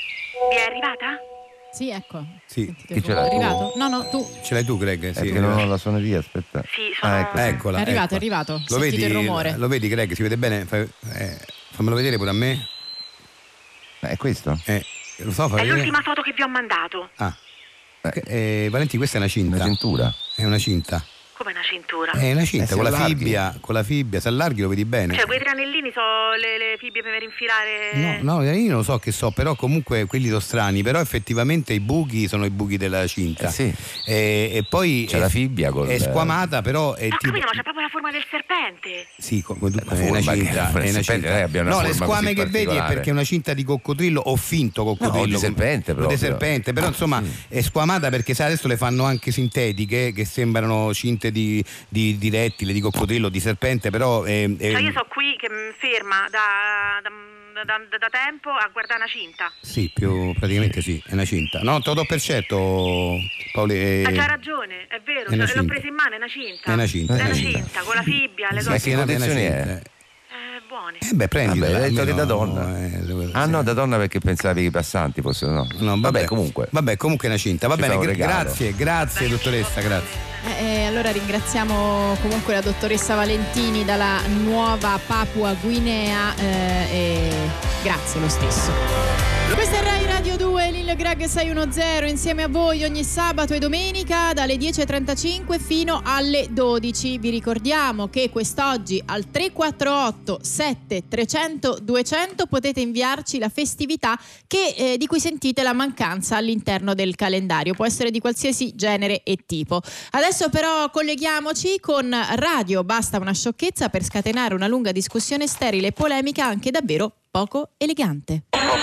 Vi è arrivata? Sì, ecco. Sì. Sentite Chi tu. ce l'ha? È arrivato? No, no, tu. Ce l'hai tu, Greg? È Sì, perché non ho la suoneria, aspetta. Sì, sono... Ah, ecco. Eccola. È arrivato, ecco. è arrivato. Lo Sentite vedi, il rumore. lo vedi, Greg? Si vede bene? Fai- eh, fammelo vedere pure a me. Ma è questo? Eh, lo so, fai È vedere. l'ultima foto che vi ho mandato. Ah. Eh, Valentino, questa è una cinta. Una cintura? È una cinta. Come una cintura. È una cinta Eh, si con la allarghi. fibbia, con la fibbia, se allarghi lo vedi bene. Cioè, quei tre anellini sono le, le fibbie per infilare. No, no, io non lo so che so, però comunque quelli sono strani, però effettivamente i buchi sono i buchi della cinta. Eh sì. E, e poi C'è è, la fibbia col- è squamata, però è Ho tipo capito, ma c'è proprio la forma del serpente. sì, come tu, La è una forma che- cinta, la forma è del una serpente, cinta. eh, abbia una No, le forma squame così che vedi è particolare. perché è una cinta di coccodrillo o finto coccodrillo. No, di serpente o di proprio. serpente, però Ah, insomma sì. è squamata perché sai adesso le fanno anche sintetiche che sembrano cinte di, di, di rettile, di coccodrillo, di serpente, però è, è- Cioè, io sono qui che mi ferma da, da, da, da- da tempo a guardare una cinta. sì, più praticamente sì, è una cinta. No, te lo do per certo, Paolo. è- Ha già ragione, è vero, è una cioè, l'ho cinta. presa in mano, è una cinta. È una cinta, È è una una cinta. cinta, con la fibbia, le Sì, cose. sì, che è una condizioni cinta. è? Eh, buone. Eh beh, prendila. Vabbè, hai detto almeno, che da donna. eh, Ah sì. no, da donna perché pensavi che i passanti fossero no. No, vabbè, comunque. Vabbè, comunque è una cinta. Va Ci bene, fa un gra- regalo. grazie, grazie dottoressa, grazie. Eh, allora ringraziamo comunque la dottoressa Valentini dalla nuova Papua Guinea eh, e grazie lo stesso. Questa è Rai Radio due, Lil Greg sei uno zero insieme a voi ogni sabato e domenica dalle dieci e trentacinque fino alle dodici. Vi ricordiamo che quest'oggi al tre quattro otto sette trecento duecento potete inviarci la festività che, eh, di cui sentite la mancanza all'interno del calendario. Può essere di qualsiasi genere e tipo. Adesso però colleghiamoci con Radio Basta una sciocchezza per scatenare una lunga discussione sterile e polemica anche davvero poco elegante.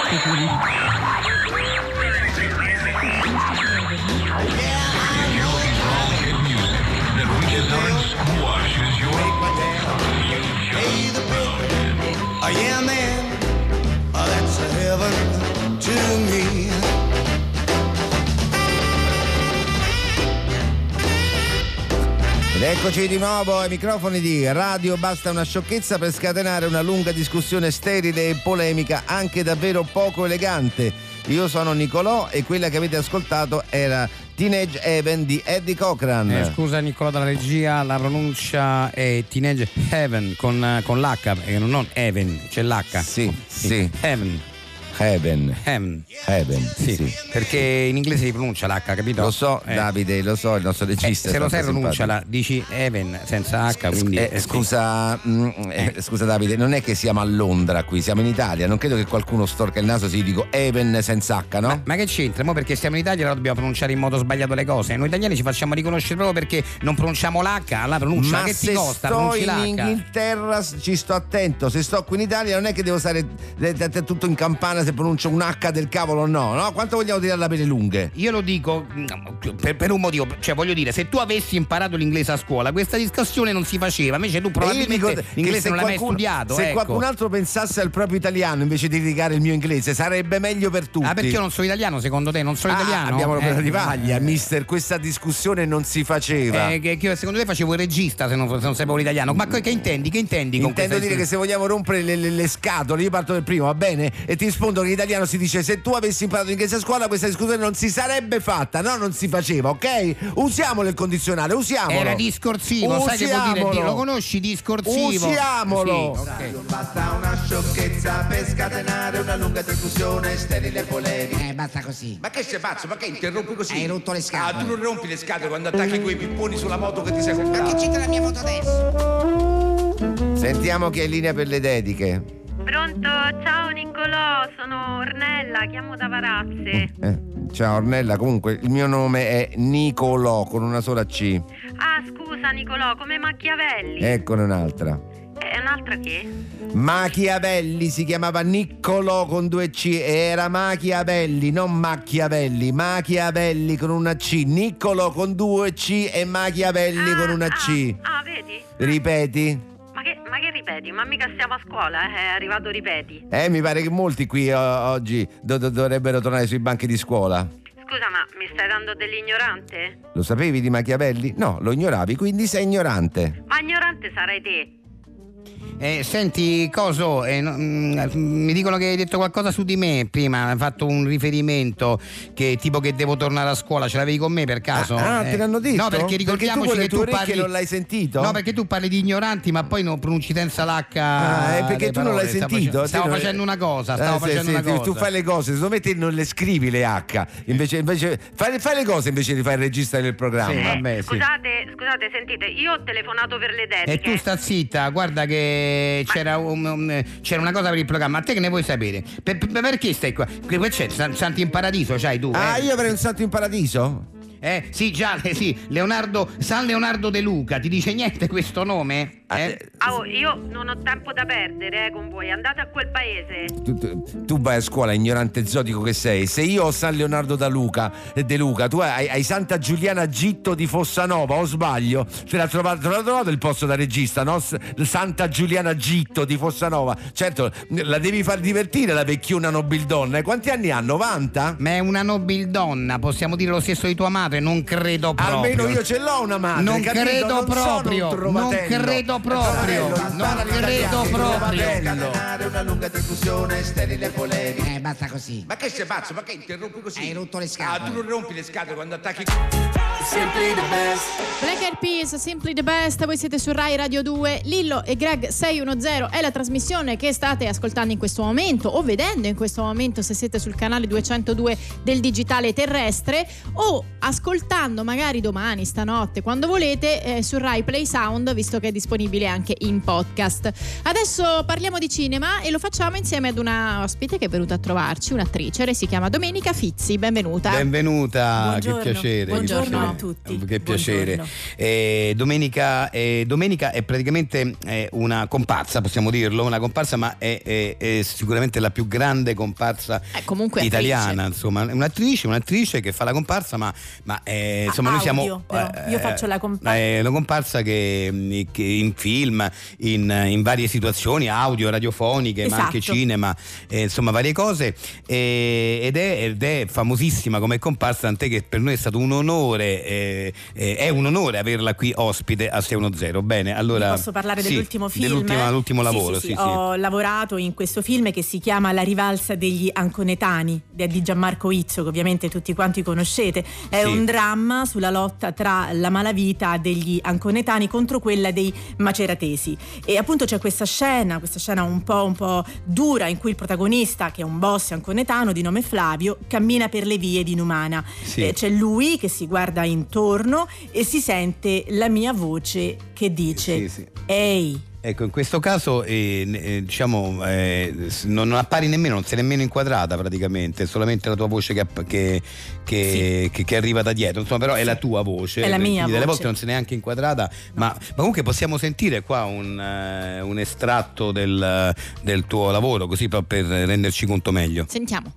Ed eccoci di nuovo ai microfoni di Radio Basta una sciocchezza per scatenare una lunga discussione sterile e polemica anche davvero poco elegante. Io sono Nicolò e quella che avete ascoltato era Teenage Heaven di Eddie Cochran. Eh, scusa Nicolò dalla regia, la pronuncia è Teenage Heaven con, con l'H, perché non Heaven, c'è l'H. Sì, sì. sì. Heaven. Heaven. Heaven. Heaven. Sì, sì. Perché in inglese si pronuncia l'H, capito? Lo so, eh. Davide, lo so, il nostro regista. Eh, se lo sai pronunciala, dici Heaven senza H, quindi eh, eh, scusa, sì. mh, eh, scusa Davide, non è che siamo a Londra qui, siamo in Italia, non credo che qualcuno storca il naso se gli dico Heaven senza H, no? Ma, ma che c'entra? Mo perché siamo in Italia allora dobbiamo pronunciare in modo sbagliato le cose. Noi italiani ci facciamo riconoscere proprio perché non pronunciamo l'H, alla pronuncia ma che se ti costa, sto in in Inghilterra ci sto attento, se sto qui in Italia non è che devo stare tutto in campana se pronuncio un H del cavolo, no, no? Quanto vogliamo tirarla per le lunghe? Io lo dico per, per un motivo, cioè voglio dire, se tu avessi imparato l'inglese a scuola questa discussione non si faceva, invece tu probabilmente l'inglese non l'hai mai studiato. Se ecco. qualcun altro pensasse al proprio italiano invece di criticare il mio inglese sarebbe meglio per tutti. Ah, perché io non sono italiano, secondo te? Non sono ah, italiano? Abbiamo l'opera eh. di paglia, mister, questa discussione non si faceva. Eh, che, che secondo te facevo il regista se non, se non sapevo l'italiano. Ma che intendi? Che intendi? Con Intendo dire che se vogliamo rompere le, le, le scatole, io parto del primo, va bene? E ti rispondo che in italiano si dice se tu avessi imparato l'inglese a scuola questa discussione non si sarebbe fatta, no, non si faceva, ok? Usiamolo il condizionale, usiamolo. Era discorsivo, usiamolo. Sai che vuol dire? Dio, lo conosci, discorsivo. Usiamolo. Sì, okay. Basta una sciocchezza per scatenare una lunga discussione sterile e polemica. Eh, basta così. Ma che sei pazzo? Ma che interrompi così? Hai rotto le scatole. Ah, tu non rompi le scatole quando attacchi quei pipponi sulla moto che ti sei comprato. Ma che c'entra la mia moto adesso? Sentiamo chi è in linea per le dediche. Pronto? Ciao Nicolò, sono Ornella, chiamo da Varazze. Eh, ciao Ornella, comunque il mio nome è Nicolò con una sola C. Ah, scusa Nicolò, come Machiavelli. Eccone un'altra. È un'altra che? Machiavelli si chiamava Niccolò con due C e era Machiavelli, non Machiavelli, Machiavelli con una C, Niccolò con due C e Machiavelli ah, con una C. Ah, ah, vedi? Ripeti? Ma che, ma che ripeti? Ma mica stiamo a scuola, eh? È arrivato ripeti. Eh, mi pare che molti qui o- oggi do- do- dovrebbero tornare sui banchi di scuola. Scusa, ma mi stai dando dell'ignorante? Lo sapevi di Machiavelli? No, lo ignoravi, quindi sei ignorante. Ma ignorante sarai te. Eh, senti, coso, eh, no, mm, mi dicono che hai detto qualcosa su di me prima, hai fatto un riferimento che tipo che devo tornare a scuola, ce l'avevi con me per caso? Ah, ah, eh, te l'hanno detto? No, perché ricordiamoci perché tu che tu parli non l'hai sentito? No, perché tu parli di ignoranti, ma poi non pronunci senza l'H. Ah, è perché tu parole. non l'hai Stavo sentito? Facendo, stavo non... facendo una cosa, stavo ah, facendo sì, una sì, cosa. Tu fai le cose, secondo me te non le scrivi le H. Invece, invece fai, fai le cose invece di fare il regista del programma. Sì, vabbè, sì. Scusate, scusate, sentite, io ho telefonato per le dediche. E tu sta zitta, guarda che c'era, un, un, c'era una cosa per il programma, a te che ne vuoi sapere? Per, per, perché stai qua? Che c'è? Santi in Paradiso c'hai tu? Ah, eh? io avrei un santo in paradiso? Eh, sì, già, eh, sì, Leonardo, San Leonardo De Luca, ti dice niente questo nome? Eh? Ah, oh, io non ho tempo da perdere eh, con voi, andate a quel paese. Tu, tu, tu vai a scuola, ignorante zotico che sei. Se io ho San Leonardo da Luca, De Luca, tu hai, hai Santa Giuliana Gitto di Fossanova, o sbaglio? Te l'ha trovato, te l'ha trovato il posto da regista, no? Santa Giuliana Gitto di Fossanova. Certo, la devi far divertire la vecchiona nobildonna. E quanti anni ha? novanta? Ma è una nobildonna, possiamo dire lo stesso di tua madre? Non credo proprio. Almeno io ce l'ho una madre. Non capito? credo non proprio. Non credo proprio, non credo proprio. Scatenare una lunga discussione, sterile polemica. Eh, basta così. Ma che sei pazzo? Ma che interrompi così? Hai rotto le scatole. Ah, tu non rompi le scatole quando attacchi. Simply the best. Black Eyed Peas, Simply the Best, voi siete su Rai Radio due, Lillo e Greg seicentodieci è la trasmissione che state ascoltando in questo momento o vedendo in questo momento se siete sul canale duecentodue del digitale terrestre o ascoltando magari domani, stanotte, quando volete eh, su Rai Play Sound, visto che è disponibile anche in podcast. Adesso parliamo di cinema e lo facciamo insieme ad una ospite che è venuta a trovarci, un'attrice, lei si chiama Domenica Fizzi, benvenuta. Benvenuta, Buongiorno. che piacere. Buongiorno che piacere. a tutti. Che piacere. Buongiorno. Eh, Domenica, eh, Domenica è praticamente eh, una comparsa, possiamo dirlo, una comparsa, ma è, è, è sicuramente la più grande comparsa Eh, comunque italiana, attrice. insomma, un'attrice, un'attrice che fa la comparsa, ma, ma eh, insomma Ah, noi siamo audio, però. Io faccio la comparsa. È una comparsa che, che in film, in, in varie situazioni, audio, radiofoniche, ma anche Esatto. cinema, eh, insomma varie cose, eh, ed, è, ed è famosissima come comparsa, tant'è che per noi è stato un onore, eh, eh, è un onore averla qui ospite a seicentodieci. Bene, allora Vi posso parlare sì, dell'ultimo film? dell'ultima- l'ultimo Sì, lavoro, sì, sì, sì. sì. Ho lavorato in questo film che si chiama La rivalsa degli Anconetani di Gianmarco Izzo, che ovviamente tutti quanti conoscete. È Sì. un dramma sulla lotta tra la malavita degli Anconetani contro quella dei Maceratesi. E appunto c'è questa scena, questa scena un po', un po' dura, in cui il protagonista, che è un boss anconetano di nome Flavio, cammina per le vie di Numana. Sì. Eh, c'è lui che si guarda intorno e si sente la mia voce che dice: Sì, sì. ehi. Ecco, in questo caso eh, eh, diciamo eh, non, non appari nemmeno, non sei nemmeno inquadrata praticamente, è solamente la tua voce che, app- che, che, che, che arriva da dietro, insomma, però è la tua voce, È la mia quindi delle voce. volte non sei neanche inquadrata, ma, ma comunque possiamo sentire qua un, eh, un estratto del, del tuo lavoro, così proprio per renderci conto meglio. Sentiamo.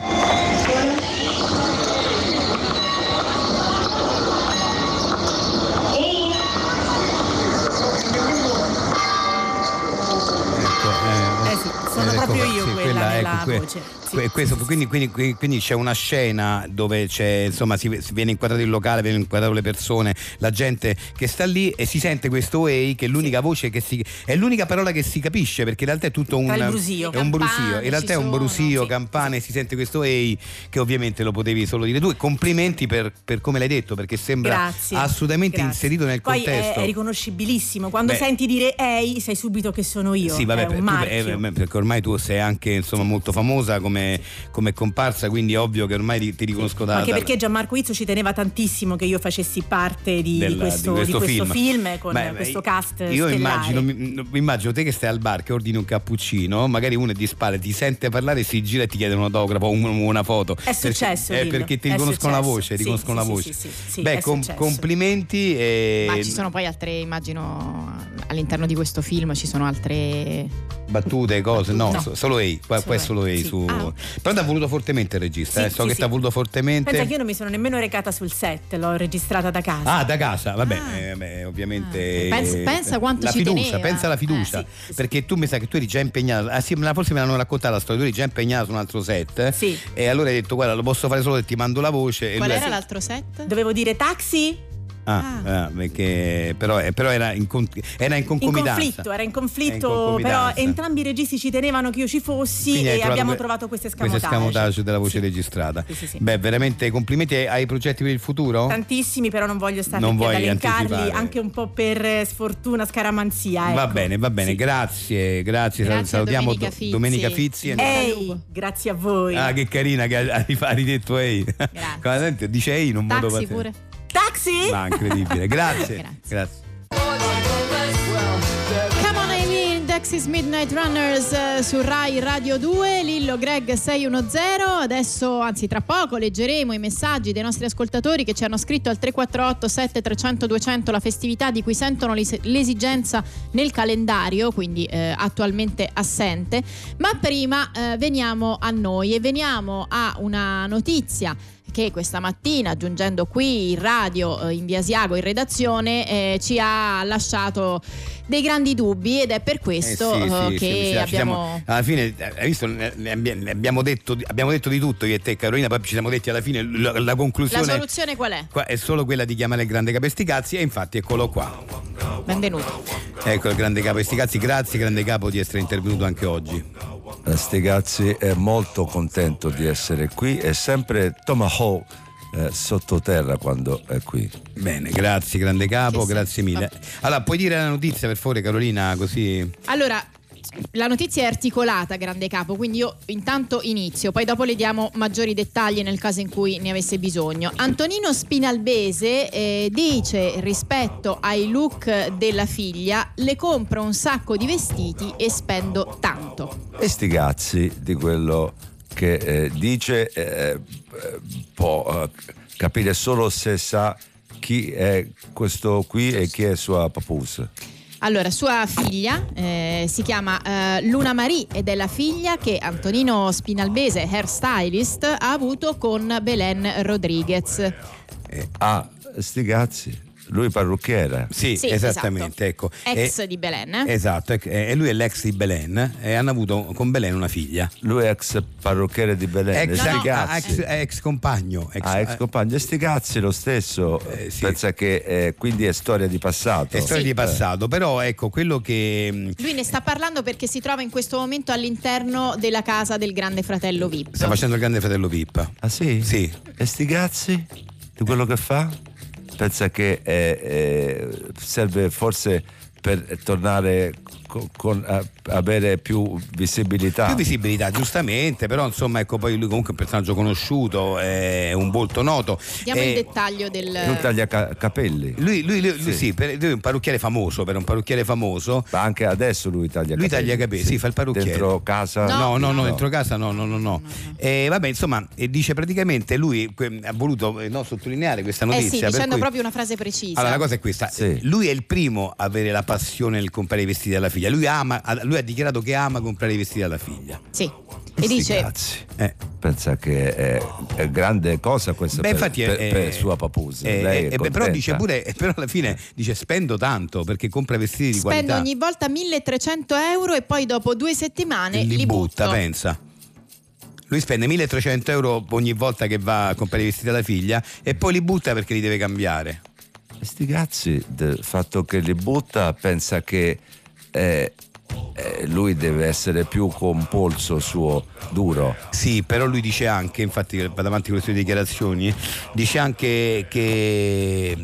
Eh sì, sono ecco, proprio io sì, quella nella ecco, que- voce. Sì, que- questo, sì, sì, quindi, quindi, quindi- quindi c'è una scena dove c'è, insomma, si, si viene inquadrato il locale, viene inquadrato le persone, la gente che sta lì e si sente questo "ehi", che è l'unica voce che si, è l'unica parola che si capisce, perché in realtà è tutto un, Tra il brusio. è un brusio, Campane in realtà ci è un sono, brusio, sì. campane, si sente questo "ehi", che ovviamente lo potevi solo dire tu, e complimenti per, per come l'hai detto, perché sembra Grazie, assolutamente grazie. inserito nel Poi contesto. è, è riconoscibilissimo. Quando Beh. senti dire ehi, sai subito che sono io. Sì, vabbè, è per- un tu- marchio. eh, perché ormai tu sei anche, insomma, molto famosa come, come comparsa, quindi è ovvio che ormai ti, ti riconosco da, Anche da- perché Gianmarco Izzo ci teneva tantissimo che io facessi parte di, del- di questo, di questo di questo film. film, con Beh, questo beh, cast io stellare. immagino, mi, mi immagino te che stai al bar, che ordini un cappuccino, magari uno di spalle ti sente parlare, si gira e ti chiede un autografo o un- una foto. È successo, perché, eh, dillo. perché ti È riconoscono la successo. voce, Sì, riconoscono sì, la sì, voce. sì, sì, sì, Beh, è com- successo. complimenti. E... Ma ci sono poi altre, immagino, all'interno di questo film ci sono altre battute, cose, no, No. so- solo Ehi, qua, Solo qua è Ehi, solo Ehi sì. su. Ah. Però ti ha voluto fortemente il regista, Sì, eh, so sì, che sì. ti ha voluto fortemente. Pensa che io non mi sono nemmeno recata sul set, l'ho registrata da casa. Ah, da casa, vabbè, Ah. eh, beh, ovviamente. Ah. Pensa- eh, pensa quanto la ci fiducia, teneva. pensa alla fiducia. Eh, sì. Perché tu mi sa che tu eri già impegnata. Ah, sì, me la- forse me l'hanno raccontata la storia, tu eri già impegnata su un altro set. Sì. E allora hai detto, guarda, lo posso fare solo se ti mando la voce. E Qual lui- era l'altro set? Dovevo dire taxi? Ah, ah, perché però, eh, però era in, con- era in In concomitanza. conflitto, era in conflitto, È in però concomitanza. entrambi i registi ci tenevano che io ci fossi Quindi hai e trovato abbiamo que- trovato questo questo escamotage. escamotage della voce Sì. registrata. Sì, sì, sì. Beh, veramente complimenti. Hai progetti per il futuro? Tantissimi, però non voglio stare Non qui ad vuoi elencarli, anticipare. anche un po' per eh, sfortuna, scaramanzia. Ecco. Va bene, va bene, Sì. grazie, grazie. Grazie a Salutiamo Domenica Do- Fizzi. Domenica Fizzi. Eh, Ehi, grazie a voi. Ah, che carina che ha ha ridetto Ehi. Come senti, dice Ehi in un modo Taxi pazzesco. pure. Taxi? Ma incredibile. Grazie. Grazie. Grazie. Come on Eileen, Dexys Midnight Runners eh, su Rai Radio due, Lillo Greg seicentodieci. Adesso, anzi tra poco, leggeremo i messaggi dei nostri ascoltatori che ci hanno scritto al tre quattro otto sette trecento duecento la festività di cui sentono l'es- l'esigenza nel calendario, quindi eh, attualmente assente. Ma prima eh, veniamo a noi e veniamo a una notizia che questa mattina, giungendo qui in radio, in via Asiago, in redazione, eh, ci ha lasciato dei grandi dubbi, ed è per questo eh sì, sì, che sì, sì, abbiamo... Siamo, alla fine, hai visto, ne abbiamo detto, abbiamo detto di tutto io e te, Carolina, poi ci siamo detti alla fine la, la conclusione... La soluzione qual è? Qua è solo quella di chiamare il grande capo sti cazzi, e infatti eccolo qua. Benvenuto. Ecco il grande capo sti cazzi, grazie grande capo di essere intervenuto anche oggi. Stigazzi è molto contento di essere qui, è sempre Tomahawk eh, sottoterra quando è qui. Bene, grazie grande capo, Che grazie senso? mille. Allora, puoi dire la notizia per favore, Carolina, così... Allora, la notizia è articolata, grande capo, quindi io intanto inizio, poi dopo le diamo maggiori dettagli nel caso in cui ne avesse bisogno. Antonino Spinalbese eh, dice, rispetto ai look della figlia, le compro un sacco di vestiti e spendo tanto. E sti cazzi di quello che eh, dice eh, può eh, capire solo se sa chi è questo qui e chi è sua papus. Allora, sua figlia eh, si chiama eh, Luna Marie, ed è la figlia che Antonino Spinalbese, hairstylist, ha avuto con Belen Rodriguez. Eh, ah, sti cazzi. Lui parrucchiera. Sì, Sì, esattamente, esatto. ecco. Ex E- di Belen. eh? Esatto, e e lui è l'ex di Belen e hanno avuto con Belen una figlia. Lui è ex parrucchiere di Belen. Ex, sti no, cazzi. ex, ex compagno. Ex, Ah, ex compagno, e sti cazzi lo stesso. Eh, sì. Pensa che eh, quindi è storia di passato. è storia Sì. di passato, però ecco quello che Lui ne sta parlando perché si trova in questo momento all'interno della casa del grande fratello V I P. sta facendo il grande fratello V I P. Ah sì? Sì. E sti cazzi di quello che fa? Pensa che eh, eh, serve forse per tornare con, con a, avere più visibilità. Più visibilità, giustamente, però insomma ecco, poi lui comunque è un personaggio conosciuto, è un volto noto. Diamo Eh, il dettaglio del... Non taglia ca- capelli. Lui, lui, lui, lui Sì. sì, per, lui è un parrucchiere famoso, per un parrucchiere famoso. Ma anche adesso lui taglia Lui capelli. taglia capelli, sì, fa il parrucchiere. Dentro casa? No, No, no, no, no. dentro casa no, no, no, no. E vabbè, insomma, e dice praticamente lui que- ha voluto eh, no, sottolineare questa Eh notizia. sì, per dicendo cui- proprio una frase precisa. Allora, la cosa è questa: Sì. lui è il primo a avere la passione nel comprare i vestiti alla figlia. Lui ama, lui ha dichiarato che ama comprare i vestiti alla figlia. Sì. E E sti dice... cazzi. Eh. Pensa che è, è grande cosa questa Beh, per, infatti è, per, è- per sua papusa. è- Lei è è- però contenta? dice pure, però alla fine dice spendo tanto perché compra vestiti di Spendo qualità. ogni volta milletrecento euro e poi dopo due settimane li, li, butta, butto. pensa. Lui spende milletrecento euro ogni volta che va a comprare i vestiti alla figlia e poi li butta perché li deve cambiare. E sti cazzi del fatto che li butta, pensa che eh, eh, lui deve essere più con polso suo duro. Sì, però lui dice anche, infatti vado avanti con le sue dichiarazioni, dice anche che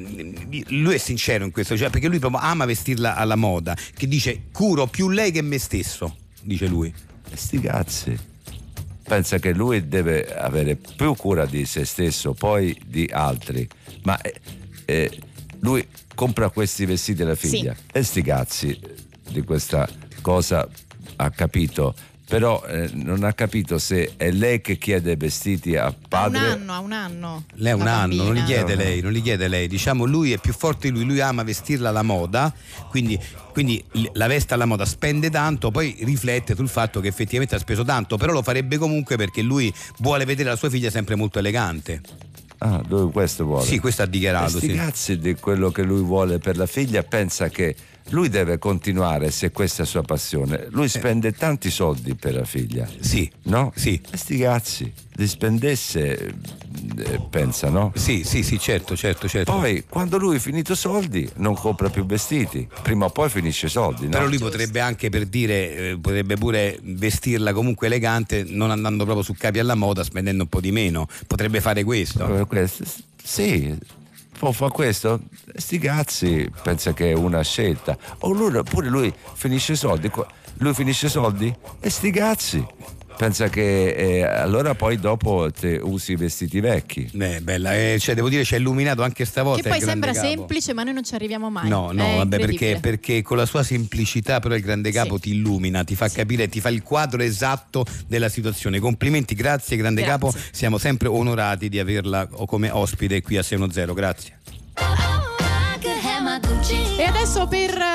mm, lui è sincero in questo, cioè perché lui proprio ama vestirla alla moda, che dice curo più lei che me stesso, dice lui. E sti cazzi. Pensa che lui deve avere più cura di se stesso, poi di altri. Ma eh, eh, lui compra questi vestiti alla figlia. Sì. E sti cazzi di questa cosa ha capito. Però eh, non ha capito se è lei che chiede vestiti a Ha un padre. anno, ha un anno. Lei ha un la anno, non li bambina. chiede lei, non li chiede lei, diciamo lui è più forte di lui, lui ama vestirla alla moda, quindi, quindi la veste alla moda, spende tanto, poi riflette sul fatto che effettivamente ha speso tanto, però lo farebbe comunque perché lui vuole vedere la sua figlia sempre molto elegante. Ah, lui questo vuole. Sì, questo ha E dichiarato, sti sì. cazzi di quello che lui vuole per la figlia, pensa che lui deve continuare se questa è sua passione. Lui spende tanti soldi per la figlia. Sì. No? Sì. E sti cazzi, li spendesse, eh, pensa, no? Sì, sì, sì, certo, certo, certo. Poi, quando lui ha finito soldi, non compra più vestiti. Prima o poi finisce i soldi, no? Però lui potrebbe anche, per dire, eh, potrebbe pure vestirla comunque elegante, non andando proprio su capi alla moda, spendendo un po' di meno. Potrebbe fare questo. Eh, questo- Sì, può fare questo. Sti cazzi, pensa che è una scelta. O lui, pure lui finisce i soldi. Qua- Lui finisce i soldi e sti cazzi. Pensa che eh, allora poi dopo te usi i vestiti vecchi. Eh, bella, eh, cioè devo dire ci ha illuminato anche stavolta. Che poi il grande sembra capo. semplice, ma noi non ci arriviamo mai. No, no, È vabbè, perché, incredibile. perché con la sua semplicità però il grande capo Sì. ti illumina, ti fa capire, ti fa il quadro esatto della situazione. Complimenti, grazie grande Grazie. capo, siamo sempre onorati di averla come ospite qui a sei uno zero, grazie. E adesso per eh,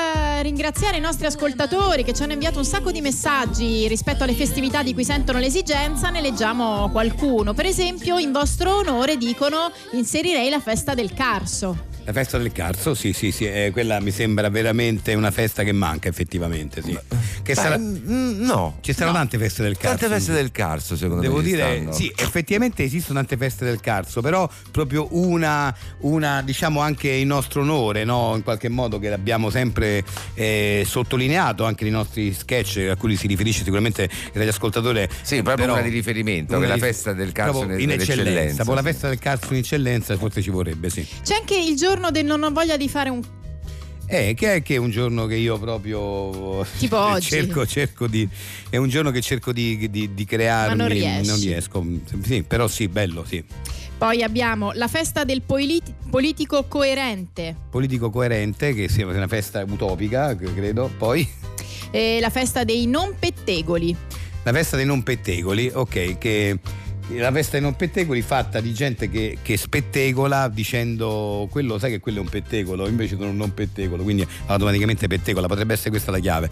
ringraziare i nostri ascoltatori che ci hanno inviato un sacco di messaggi rispetto alle festività di cui sentono l'esigenza. Ne leggiamo qualcuno. Per esempio, in vostro onore dicono: inserirei la festa del Carso. La festa del Carso, sì, sì, sì, eh, quella mi sembra veramente una festa che manca effettivamente, sì. Che Beh, sarà... no, ci saranno no. tante feste del Carso. Tante feste del Carso, secondo Devo me. Devo dire, stanno. sì, effettivamente esistono tante feste del Carso, però proprio una, una diciamo anche in nostro onore, no? In qualche modo, che l'abbiamo sempre eh, sottolineato anche nei nostri sketch, a cui si riferisce sicuramente il ascoltatore. Sì, proprio però, una di riferimento, una che è di, la festa del Carso in eccellenza. eccellenza. Poi la festa del Carso in eccellenza forse ci vorrebbe, sì. C'è anche il giorno del non ho voglia di fare un Eh, che è che è un giorno che io proprio tipo oggi cerco, cerco di è un giorno che cerco di, di, di crearmi, ma non riesci. non riesco, sì, però sì, bello, sì. Poi abbiamo la festa del politi- politico coerente. Politico coerente, che sia una festa utopica, credo. Poi e la festa dei non pettegoli. La festa dei non pettegoli, ok, che la festa dei non pettegoli fatta di gente che, che spettegola dicendo quello, sai che quello è un pettegolo, invece sono un non pettegolo, quindi automaticamente pettegola. Potrebbe essere questa la chiave.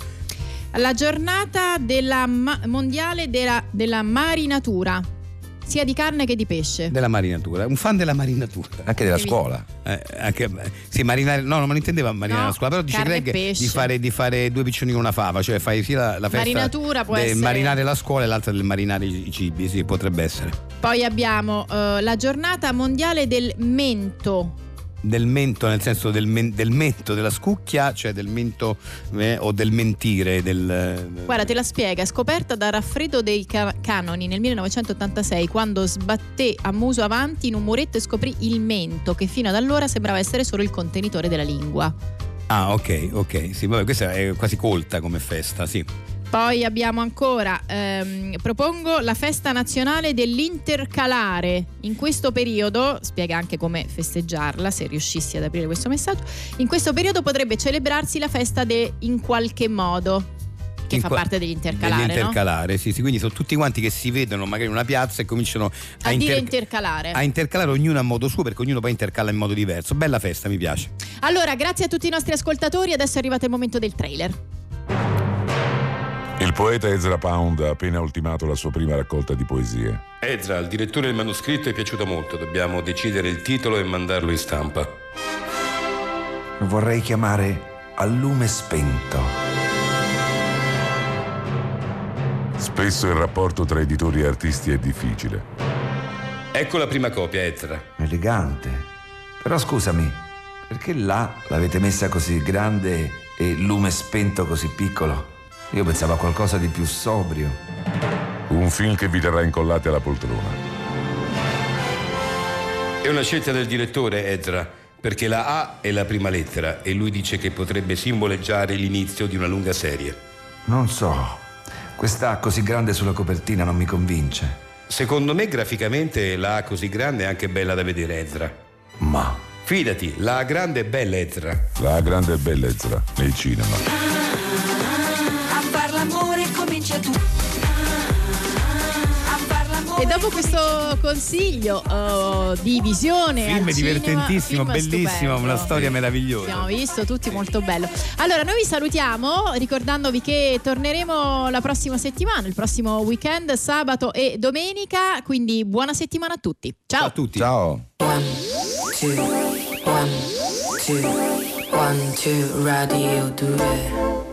La giornata della ma- mondiale della, della marinatura, sia di carne che di pesce. Della marinatura, un fan della marinatura. Anche della Devi... scuola. Eh, anche, sì, marinare, no, non intendeva marinare no, la scuola, però dice Greg di fare, di fare due piccioni con una fava, cioè fai sia la, la festa marinatura può del essere... marinare la scuola e l'altra del marinare i, i cibi, sì, potrebbe essere. Poi abbiamo uh, la giornata mondiale del mento. Del mento, nel senso del, men, del mento, della scucchia, cioè del mento eh, o del mentire del... Guarda, te la spiega, scoperta da Raffredo dei Ca- Canoni nel millenovecentottantasei, quando sbatté a muso avanti in un muretto e scoprì il mento, che fino ad allora sembrava essere solo il contenitore della lingua. Ah, ok, ok, sì, vabbè, questa è quasi colta come festa, sì. Poi abbiamo ancora, ehm, propongo la festa nazionale dell'intercalare. In questo periodo, spiega anche come festeggiarla, se riuscissi ad aprire questo messaggio, in questo periodo potrebbe celebrarsi la festa de in qualche modo, che in fa qua- parte dell'intercalare, dell'intercalare, no? Sì, sì, quindi sono tutti quanti che si vedono magari in una piazza e cominciano a, A inter- dire intercalare. a intercalare ognuno a modo suo, perché ognuno poi intercala in modo diverso. Bella festa, mi piace. Allora, grazie a tutti i nostri ascoltatori, adesso è arrivato il momento del trailer. Il poeta Ezra Pound ha appena ultimato la sua prima raccolta di poesie. Ezra, al direttore del manoscritto è piaciuto molto. Dobbiamo decidere il titolo e mandarlo in stampa. Vorrei chiamare A lume spento. Spesso il rapporto tra editori e artisti è difficile. Ecco la prima copia, Ezra. Elegante. Però scusami, perché là l'avete messa così grande e lume spento così piccolo? Io pensavo a qualcosa di più sobrio. Un film che vi terrà incollati alla poltrona. È una scelta del direttore, Ezra, perché la A è la prima lettera e lui dice che potrebbe simboleggiare l'inizio di una lunga serie. Non so, questa A così grande sulla copertina non mi convince. Secondo me graficamente la A così grande è anche bella da vedere, Ezra. Ma... Fidati, la A grande è bella, Ezra. La A grande è bella, Ezra, nel cinema. L'amore comincia tu. E dopo questo consiglio uh, di visione Film al divertentissimo, cinema, film bellissimo, stupendo. una storia meravigliosa. Abbiamo visto tutti, molto bello. Allora, noi vi salutiamo ricordandovi che torneremo la prossima settimana, il prossimo weekend, sabato e domenica, quindi buona settimana a tutti. Ciao, Ciao a tutti. Ciao. One, two, one, two, one, two, radio due.